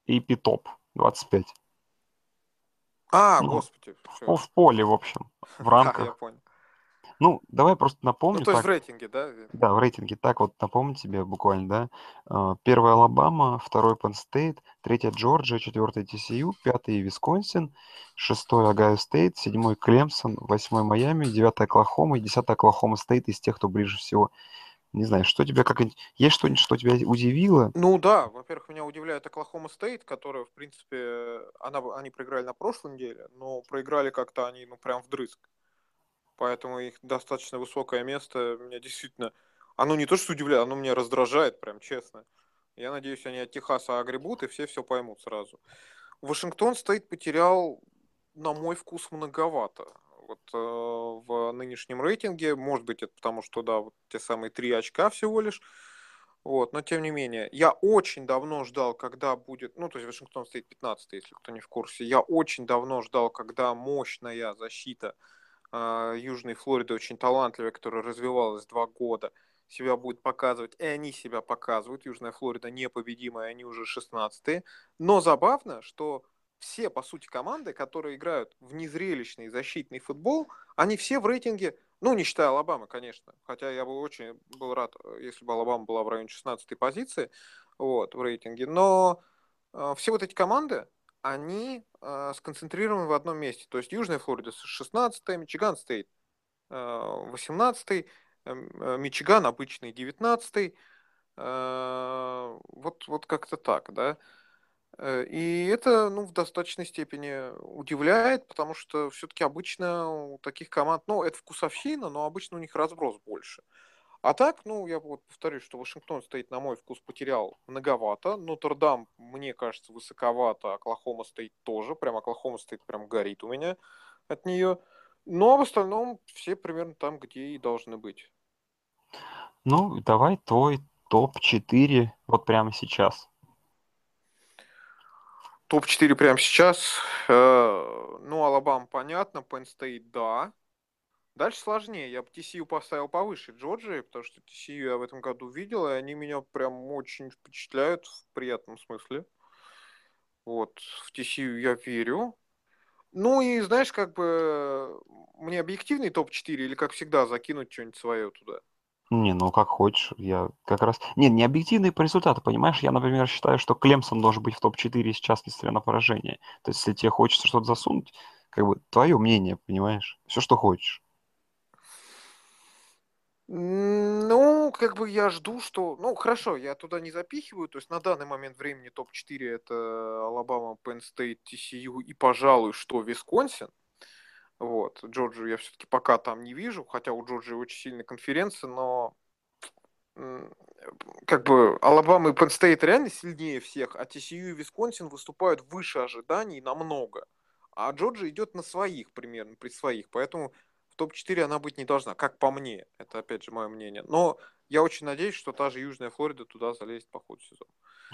AP топ 25. Ну, Господи, все. в поле, в общем, в Да, я ранках. понял. Ну, давай просто Ну, напомню то есть в так. рейтинге, да? Да, в рейтинге. Так вот, напомню тебе буквально, да. Первый Алабама, второй Penn State, третья Джорджия, четвертый TCU, пятый Висконсин, шестой Огайо Стейт, седьмой Клемсон, восьмой Майами, девятый Оклахома и десятый Оклахома Стейт из тех, кто ближе всего. Не знаю, что тебя есть что-нибудь, что тебя удивило? Ну да, во-первых, меня удивляет Оклахома Стейт, которая, в принципе, они проиграли на прошлой неделе, но проиграли как-то они, ну, прям вдрызг. Поэтому их достаточно высокое место меня действительно... Оно не то что удивляет, оно меня раздражает, прям честно. Я надеюсь, они от Техаса огребут, и все поймут сразу. Вашингтон Стейт потерял, на мой вкус, многовато. Вот в нынешнем рейтинге, может быть, это потому, что, да, вот те самые 3 очка всего лишь. Вот, но тем не менее, я очень давно ждал, когда будет, ну, то есть Вашингтон Стейт 15, если кто не в курсе, я очень давно ждал, когда мощная защита Южной Флориды, очень талантливая, которая развивалась 2 года, себя будет показывать, и они себя показывают. Южная Флорида непобедимая, они уже 16-е. Но забавно, что все, по сути, команды, которые играют в незрелищный защитный футбол, они все в рейтинге, ну, не считая Алабамы, конечно, хотя я бы очень был рад, если бы Алабама была в районе 16-й позиции, вот, в рейтинге, но все вот эти команды, они сконцентрированы в одном месте. То есть Южная Флорида 16-я, Мичиган Стейт 18-й, Мичиган обычный 19-й. Вот как-то так, да. И это, ну, в достаточной степени удивляет, потому что все-таки обычно у таких команд, ну, это вкусовщина, но обычно у них разброс больше. А так, ну, я вот повторюсь, что Вашингтон Стейт, на мой вкус, потерял многовато. Нотр-Дам, мне кажется, высоковато. Оклахома Стейт тоже. Прям Оклахома Стейт прям горит у меня от нее. Но в остальном все примерно там, где и должны быть. Ну, давай твой топ-4 вот прямо сейчас. Топ-4 прямо сейчас. Ну, Алабама, понятно. Penn State, да. Дальше сложнее. Я бы TCU поставил повыше Джорджии, потому что TCU я в этом году видел, и они меня прям очень впечатляют в приятном смысле. Вот, в TCU я верю. Ну и знаешь, как бы мне объективный топ-4 или, как всегда, закинуть что-нибудь свое туда? Не, ну как хочешь. Я как раз... Не объективные по результату, понимаешь? Я, например, считаю, что Клемсон должен быть в топ-4 сейчас, несмотря на поражение. То есть, если тебе хочется что-то засунуть, как бы твое мнение, понимаешь? Все, что хочешь. Ну, как бы я жду, что... Ну, хорошо, я туда не запихиваю. То есть на данный момент времени топ-4 это Алабама, Penn State, TCU и, пожалуй, что Висконсин. Вот. Джорджию я все-таки пока там не вижу, хотя у Джорджии очень сильная конференция, но как бы Алабама и Penn State реально сильнее всех, а TCU и Висконсин выступают выше ожиданий намного. А Джорджия идет на своих примерно, при своих, поэтому в топ-4 она быть не должна, как по мне. Это, опять же, мое мнение. Но я очень надеюсь, что та же Южная Флорида туда залезет по ходу сезона.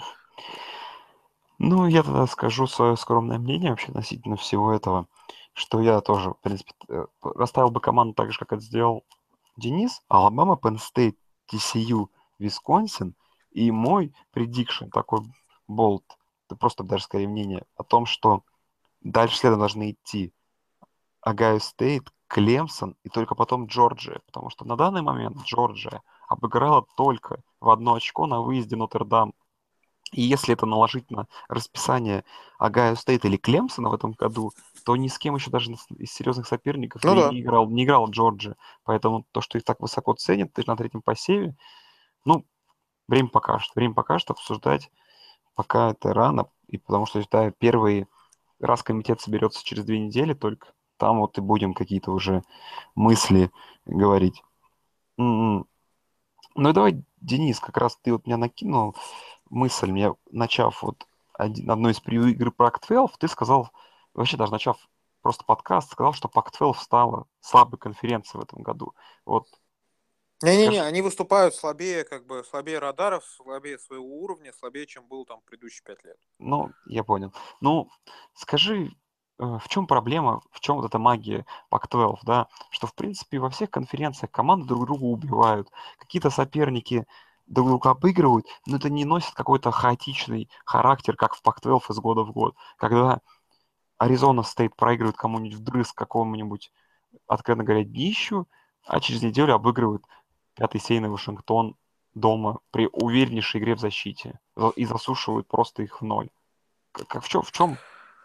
Ну, я тогда скажу свое скромное мнение вообще относительно всего этого, что я тоже, в принципе, расставил бы команду так же, как это сделал Денис. Алабама, Penn State, TCU, Висконсин. И мой предикшн, такой болт, это просто даже скорее мнение о том, что дальше следом должны идти Огайо Стейт, Клемсон и только потом Джорджия. Потому что на данный момент Джорджия обыграла только в 1 очко на выезде Нотр-Дам. И если это наложить на расписание Огайо Стейт или Клемсона в этом году, то ни с кем еще даже из серьезных соперников Ну и да. не играл Джорджия. Поэтому то, что их так высоко ценят, ты на третьем посеве, ну, время покажет обсуждать, пока это рано. И потому что, считаю, первый раз комитет соберется через 2 недели только, там вот и будем какие-то уже мысли говорить. Ну и давай, Денис, как раз ты вот меня накинул мысль, мне, начав вот одной из превью игры Pac-12, ты сказал, вообще даже начав просто подкаст, сказал, что Pac-12 стала слабой конференцией в этом году. Вот Не-не-не, скажи, они выступают слабее, как бы слабее радаров, слабее своего уровня, слабее, чем был там предыдущие 5 лет. ну, я понял. Ну, скажи, в чем проблема, в чем вот эта магия Pac-12, да, что, в принципе, во всех конференциях команды друг друга убивают, какие-то соперники друг друга обыгрывают, но это не носит какой-то хаотичный характер, как в Пак-12 из года в год, когда Аризона Стейт проигрывает кому-нибудь вдрызг, какому-нибудь, откровенно говоря, днищу, а через неделю обыгрывает пятый сейный Вашингтон дома при увереннейшей игре в защите и засушивают просто их в ноль. В чем?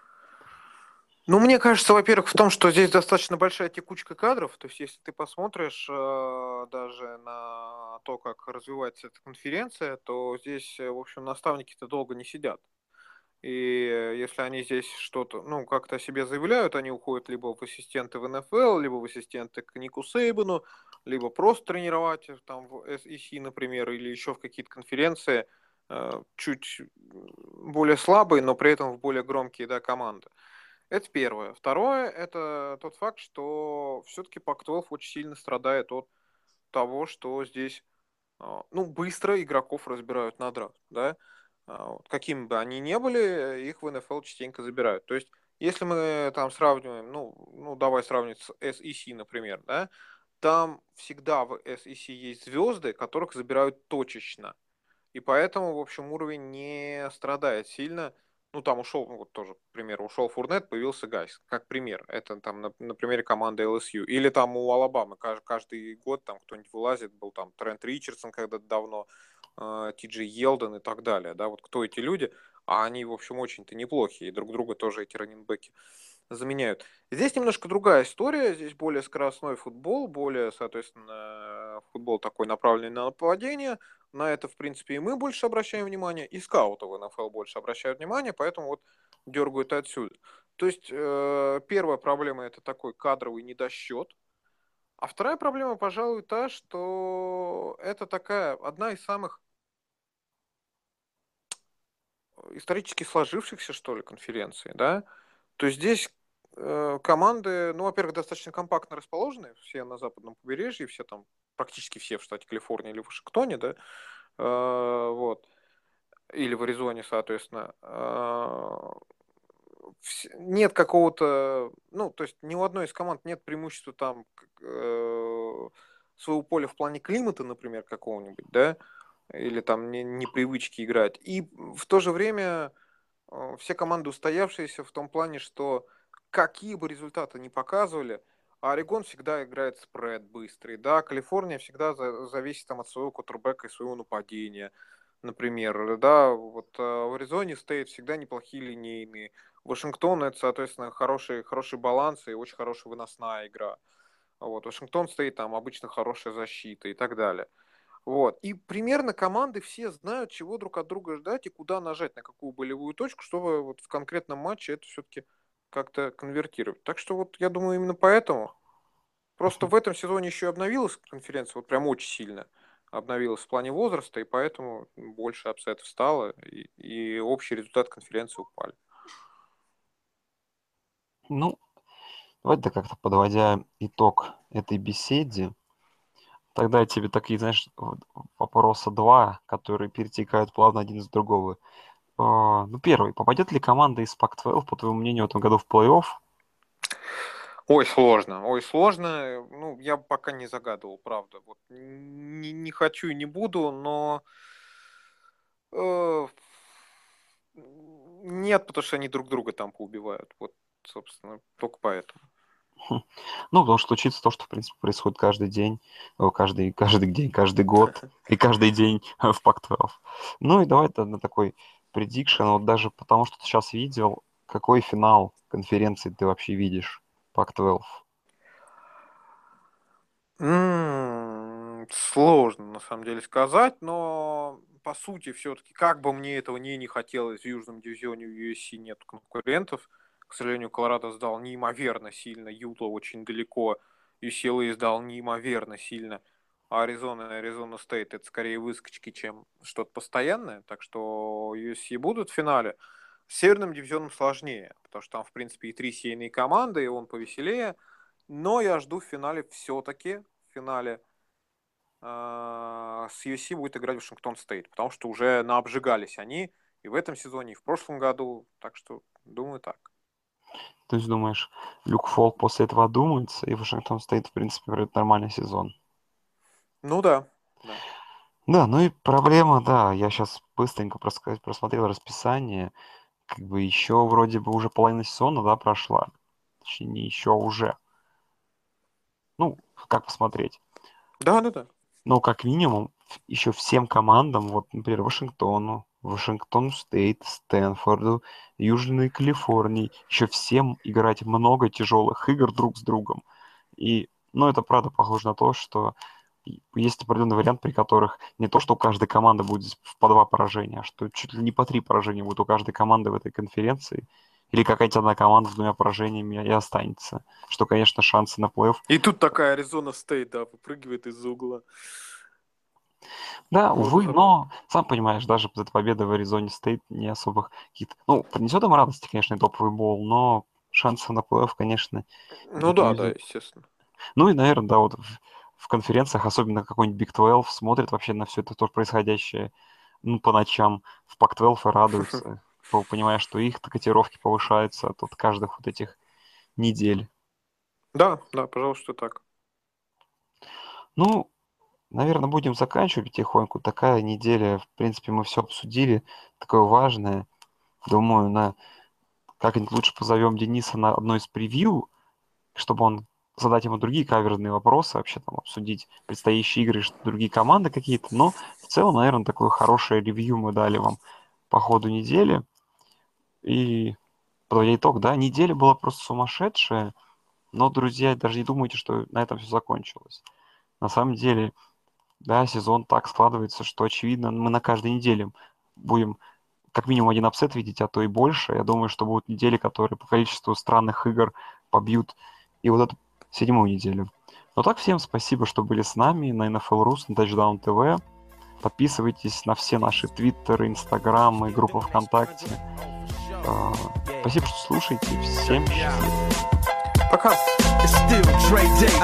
Ну, мне кажется, во-первых, в том, что здесь достаточно большая текучка кадров. То есть, если ты посмотришь даже на то, как развивается эта конференция, то здесь, в общем, наставники-то долго не сидят. И если они здесь что-то, ну, как-то о себе заявляют, они уходят либо в ассистенты в НФЛ, либо в ассистенты к Нику Сейбану, либо просто тренировать там в SEC, например, или еще в какие-то конференции, чуть более слабые, но при этом в более громкие, да, команды. Это первое. Второе, это тот факт, что все-таки Пак-12 очень сильно страдает от того, что здесь, ну, быстро игроков разбирают на драфт, да. Вот, какими бы они ни были, их в НФЛ частенько забирают. То есть, если мы там сравниваем, ну давай сравнить с SEC, например, да, там всегда в SEC есть звезды, которых забирают точечно. И поэтому, в общем, уровень не страдает сильно. Ну, там ушел, ну, вот тоже, к примеру, ушел Фурнет, появился Гайс. Как пример. Это там на примере команды LSU. Или там у Алабамы каждый год там кто-нибудь вылазит. Был там Трент Ричардсон когда-то давно, Ти Джей Елден и так далее. Да, вот кто эти люди? А они, в общем, очень-то неплохие. И друг друга тоже эти раннинбеки заменяют. Здесь немножко другая история. Здесь более скоростной футбол, более, соответственно, футбол такой направленный на нападение. На это, в принципе, и мы больше обращаем внимание, и скауты в НФЛ больше обращают внимание, поэтому вот дергают отсюда. То есть первая проблема это такой кадровый недосчет, а вторая проблема, пожалуй, та, что это такая одна из самых исторически сложившихся, что ли, конференций, да. То есть здесь команды, ну, во-первых, достаточно компактно расположены, все на западном побережье, все там, практически все в штате Калифорния или в Вашингтоне, да, вот, или в Аризоне, соответственно, нет какого-то, ну, то есть ни у одной из команд нет преимущества там своего поля в плане климата, например, какого-нибудь, да, или там непривычки играть. И в то же время все команды устоявшиеся в том плане, что какие бы результаты ни показывали, Орегон всегда играет спред быстрый, да, Калифорния всегда зависит там от своего квотербека и своего нападения, например, да, вот в Аризоне Стейт всегда неплохие линейные, Вашингтон это, соответственно, хороший баланс и очень хорошая выносная игра, вот, Вашингтон Стейт там обычно хорошая защита и так далее. Вот. И примерно команды все знают, чего друг от друга ждать и куда нажать, на какую болевую точку, чтобы вот в конкретном матче это все-таки как-то конвертировать. Так что вот я думаю именно поэтому. Просто в этом сезоне еще и обновилась конференция, вот прям очень сильно обновилась в плане возраста, и поэтому больше апсетов стало, и общий результат конференции упали. Ну, давайте как-то подводя итог этой беседе, тогда я тебе такие, знаешь, вопроса два, которые перетекают плавно один из другого. Ну, первый. Попадет ли команда из Pac-12, по твоему мнению, в этом году в плей-офф? Ой, сложно, ой, сложно. Ну, я пока не загадывал, правда. Вот не хочу и не буду, но нет, потому что они друг друга там поубивают. Вот, собственно, только поэтому. Ну, потому что учиться то, что, в принципе, происходит каждый день, каждый день, каждый год и каждый день в Pac-12. Ну и давай на такой предикшн, вот даже потому что ты сейчас видел, какой финал конференции ты вообще видишь Pac-12? Сложно, на самом деле, сказать, но по сути, все-таки, как бы мне этого не хотелось, в Южном дивизионе у USC нет конкурентов. К сожалению, Колорадо сдал неимоверно сильно, Юта очень далеко, UCLA сдал неимоверно сильно, а Аризона Стейт это скорее выскочки, чем что-то постоянное, так что USC будут в финале. С Северным дивизионом сложнее, потому что там, в принципе, и три сейные команды, и он повеселее, но я жду в финале все-таки, в финале с USC будет играть Вашингтон Стейт, потому что уже наобжигались они и в этом сезоне, и в прошлом году, так что думаю так. То есть думаешь, Люк Фолк после этого одумается, и Вашингтон Стейт, в принципе, проведет нормальный сезон? Ну да, да. Да, ну и проблема, да, я сейчас быстренько просмотрел расписание, как бы еще вроде бы уже половина сезона, да, прошла. Точнее, не еще, уже. Ну, как посмотреть. Да. Но как минимум еще всем командам, вот, например, Вашингтону Стейт, Стэнфорду, Южной Калифорнии, еще всем играть много тяжелых игр друг с другом. И, ну, это правда похоже на то, что есть определенный вариант, при которых не то, что у каждой команды будет по 2 поражения, а что чуть ли не по 3 поражения будет у каждой команды в этой конференции. Или какая-нибудь одна команда с 2 поражениями и останется. Что, конечно, шансы на плей-офф. И тут такая Аризона Стейт, да, выпрыгивает из-за угла. Да, Вот увы, это. но, сам понимаешь, даже эта победа в Аризоне Стейт не особо какие-то... Ну, принесет им радости, конечно, и топовый бол, но шансов на плей-офф, конечно, Ну не да, повезет. естественно. Ну и, наверное, да, вот в конференциях, особенно какой-нибудь Big 12, смотрят вообще на все это тоже происходящее, ну, по ночам в Pac-12 и радуются, понимая, что их котировки повышаются от каждых вот этих недель. Да, пожалуй, что так. Ну, наверное, будем заканчивать потихоньку. Такая неделя, в принципе, мы все обсудили, такое важное. Думаю, как-нибудь лучше позовем Дениса на одно из превью, чтобы он задать ему другие каверзные вопросы, вообще там обсудить предстоящие игры, другие команды какие-то. Но в целом, наверное, такое хорошее ревью мы дали вам по ходу недели. И подводя итог, да, неделя была просто сумасшедшая, но, друзья, даже не думайте, что на этом все закончилось. На самом деле, да, сезон так складывается, что, очевидно, мы на каждой неделе будем как минимум один апсет видеть, а то и больше. Я думаю, что будут недели, которые по количеству странных игр побьют и вот эту 7-ю неделю. Но так, всем спасибо, что были с нами на NFL.Rus, на Touchdown TV. Подписывайтесь на все наши твиттеры, инстаграмы, группы ВКонтакте. Спасибо, что слушаете. Всем счастливо. Пока. It's still Dre Day,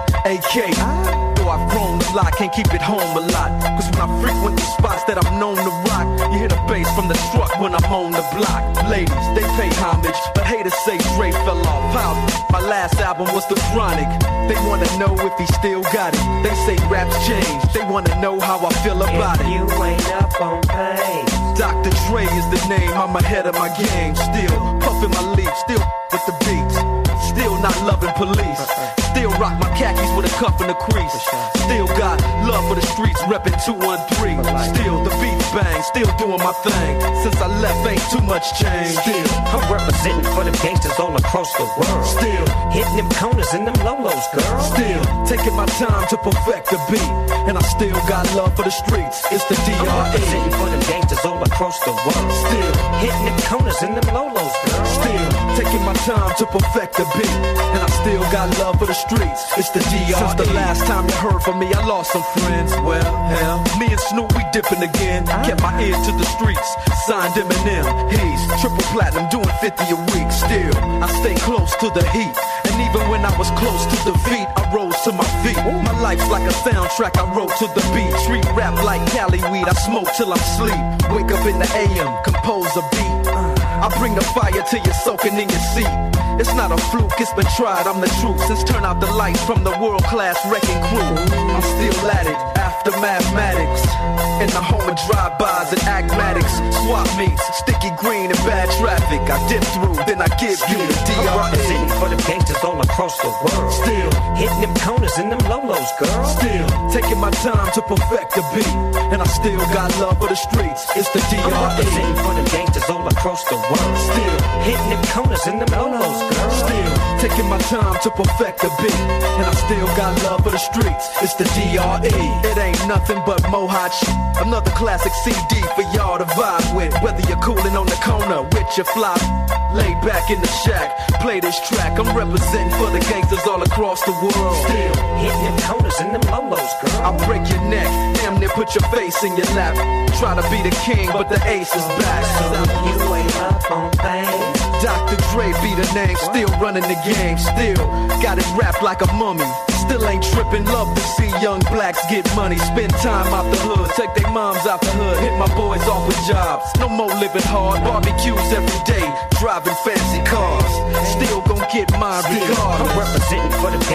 AK. Though I've grown a lot, can't keep it home a lot. Cause when I frequent the spots that I'm known to rock, you hear the bass from the truck when I'm on the block. Ladies, they pay homage, but haters say Dre fell off. How? My last album was The Chronic. They wanna know if he still got it. They say raps change, they wanna know how I feel about it. You ain't up on pace. Dr. Dre is the name, I'm ahead of my game. Still puffin' my leaf, still with the beats. Still not loving police. Still rock my khakis with a cuff and a crease. Still got love for the streets, reppin' 213. Still the beats bang, still doing my thing. Since I left, ain't too much change. Still I'm representing for them gangsters all across the world. Still Hitting them corners and them lolos, girl. Still taking my time to perfect the beat. And I still got love for the streets. It's the I'm DRE. representing for them gangsters all across the world. Still Hitting them corners and them lolos, girl. Still taking my time to perfect the beat. And I still got love for the streets. It's the DRE. Since the last time you heard from me, I lost some friends. Well, hell, me and Snoop, we dipping again. Kept my ear to the streets. Signed Eminem. He's triple platinum, doing 50 a week. Still, I stay close to the heat. And even when I was close to defeat, I rose to my feet. My life's like a soundtrack, I wrote to the beat. Street rap like Cali weed, I smoke till I'm sleep. Wake up in the AM, compose a beat. I bring the fire till you're soaking in your seat. It's not a fluke, it's been tried, I'm the truth. Since turn out the lights from the world-class wrecking crew, I'm still at it, after mathematics. In the home of drive-bys and acmatics. Swap meets, sticky green and bad traffic. I dip through, then I give you the I'm DRE. representing for them gangsters all across the world. Still Hitting them corners and them lolos, girl. Still taking my time to perfect the beat. And I still got love for the streets. It's the I'm representing DRE. for them gangsters all across the world. Still Hitting them corners and them lolos, girl. Still taking my time to perfect the beat. And I still got love for the streets. It's the DRE. It ain't nothing but mohawk shit. Another classic CD for y'all to vibe with. Whether you're cooling on the corner with your fly, lay back in the shack, play this track. I'm representing for the gangsters all across the world. Still Hitting them corners and them lolos, girl. I'll break your neck, damn near put your face in your lap. Try to be the king, but the ace is back. So you ain't up on things. Dr. Dre be the name, still running the game, still got it wrapped like a mummy. Still ain't tripping, love to see young blacks get money. Spend time out the hood, take their moms out the hood. Hit my boys off with jobs, no more living hard. Barbecues every day, driving fancy cars. Still gon' get mine I'm regardless. representing for them gangsters all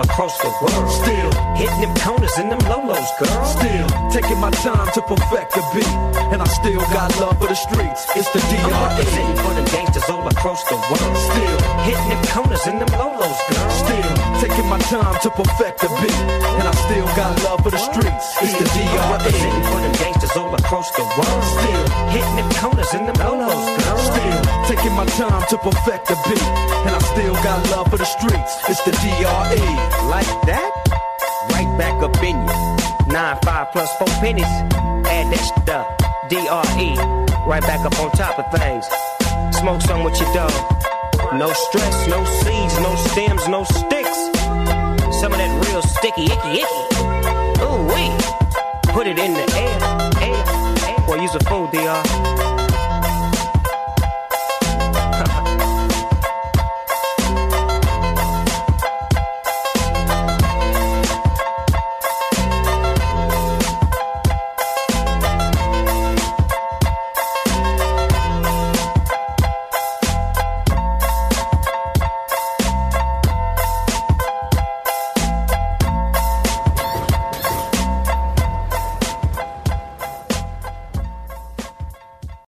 across the world. Still Hitting them corners and them lolos, girl. Still taking my time to perfect the beat, and I still got love for the streets. It's the I'm representing DRE. for them gangsters all across the world. Still Hitting them corners and them lolos, girl. Still taking my time to perfect the beat, and I still got love for the streets. It's the I'm representing DRE. for them gangsters all across the world. Still Hitting them corners and them lolos, girl. Still taking my time to perfect the beat, and I still got love for the streets. It's the DRE. Like that? Right back up in you. 9, 5 plus 4 pennies. Add that shit up. DRE. Right back up on top of things. Smoke some with your dog. No stress, no seeds, no stems, no sticks. Some of that real sticky, icky. Ooh wee. Put it in the air. Boy, use a fool, DR.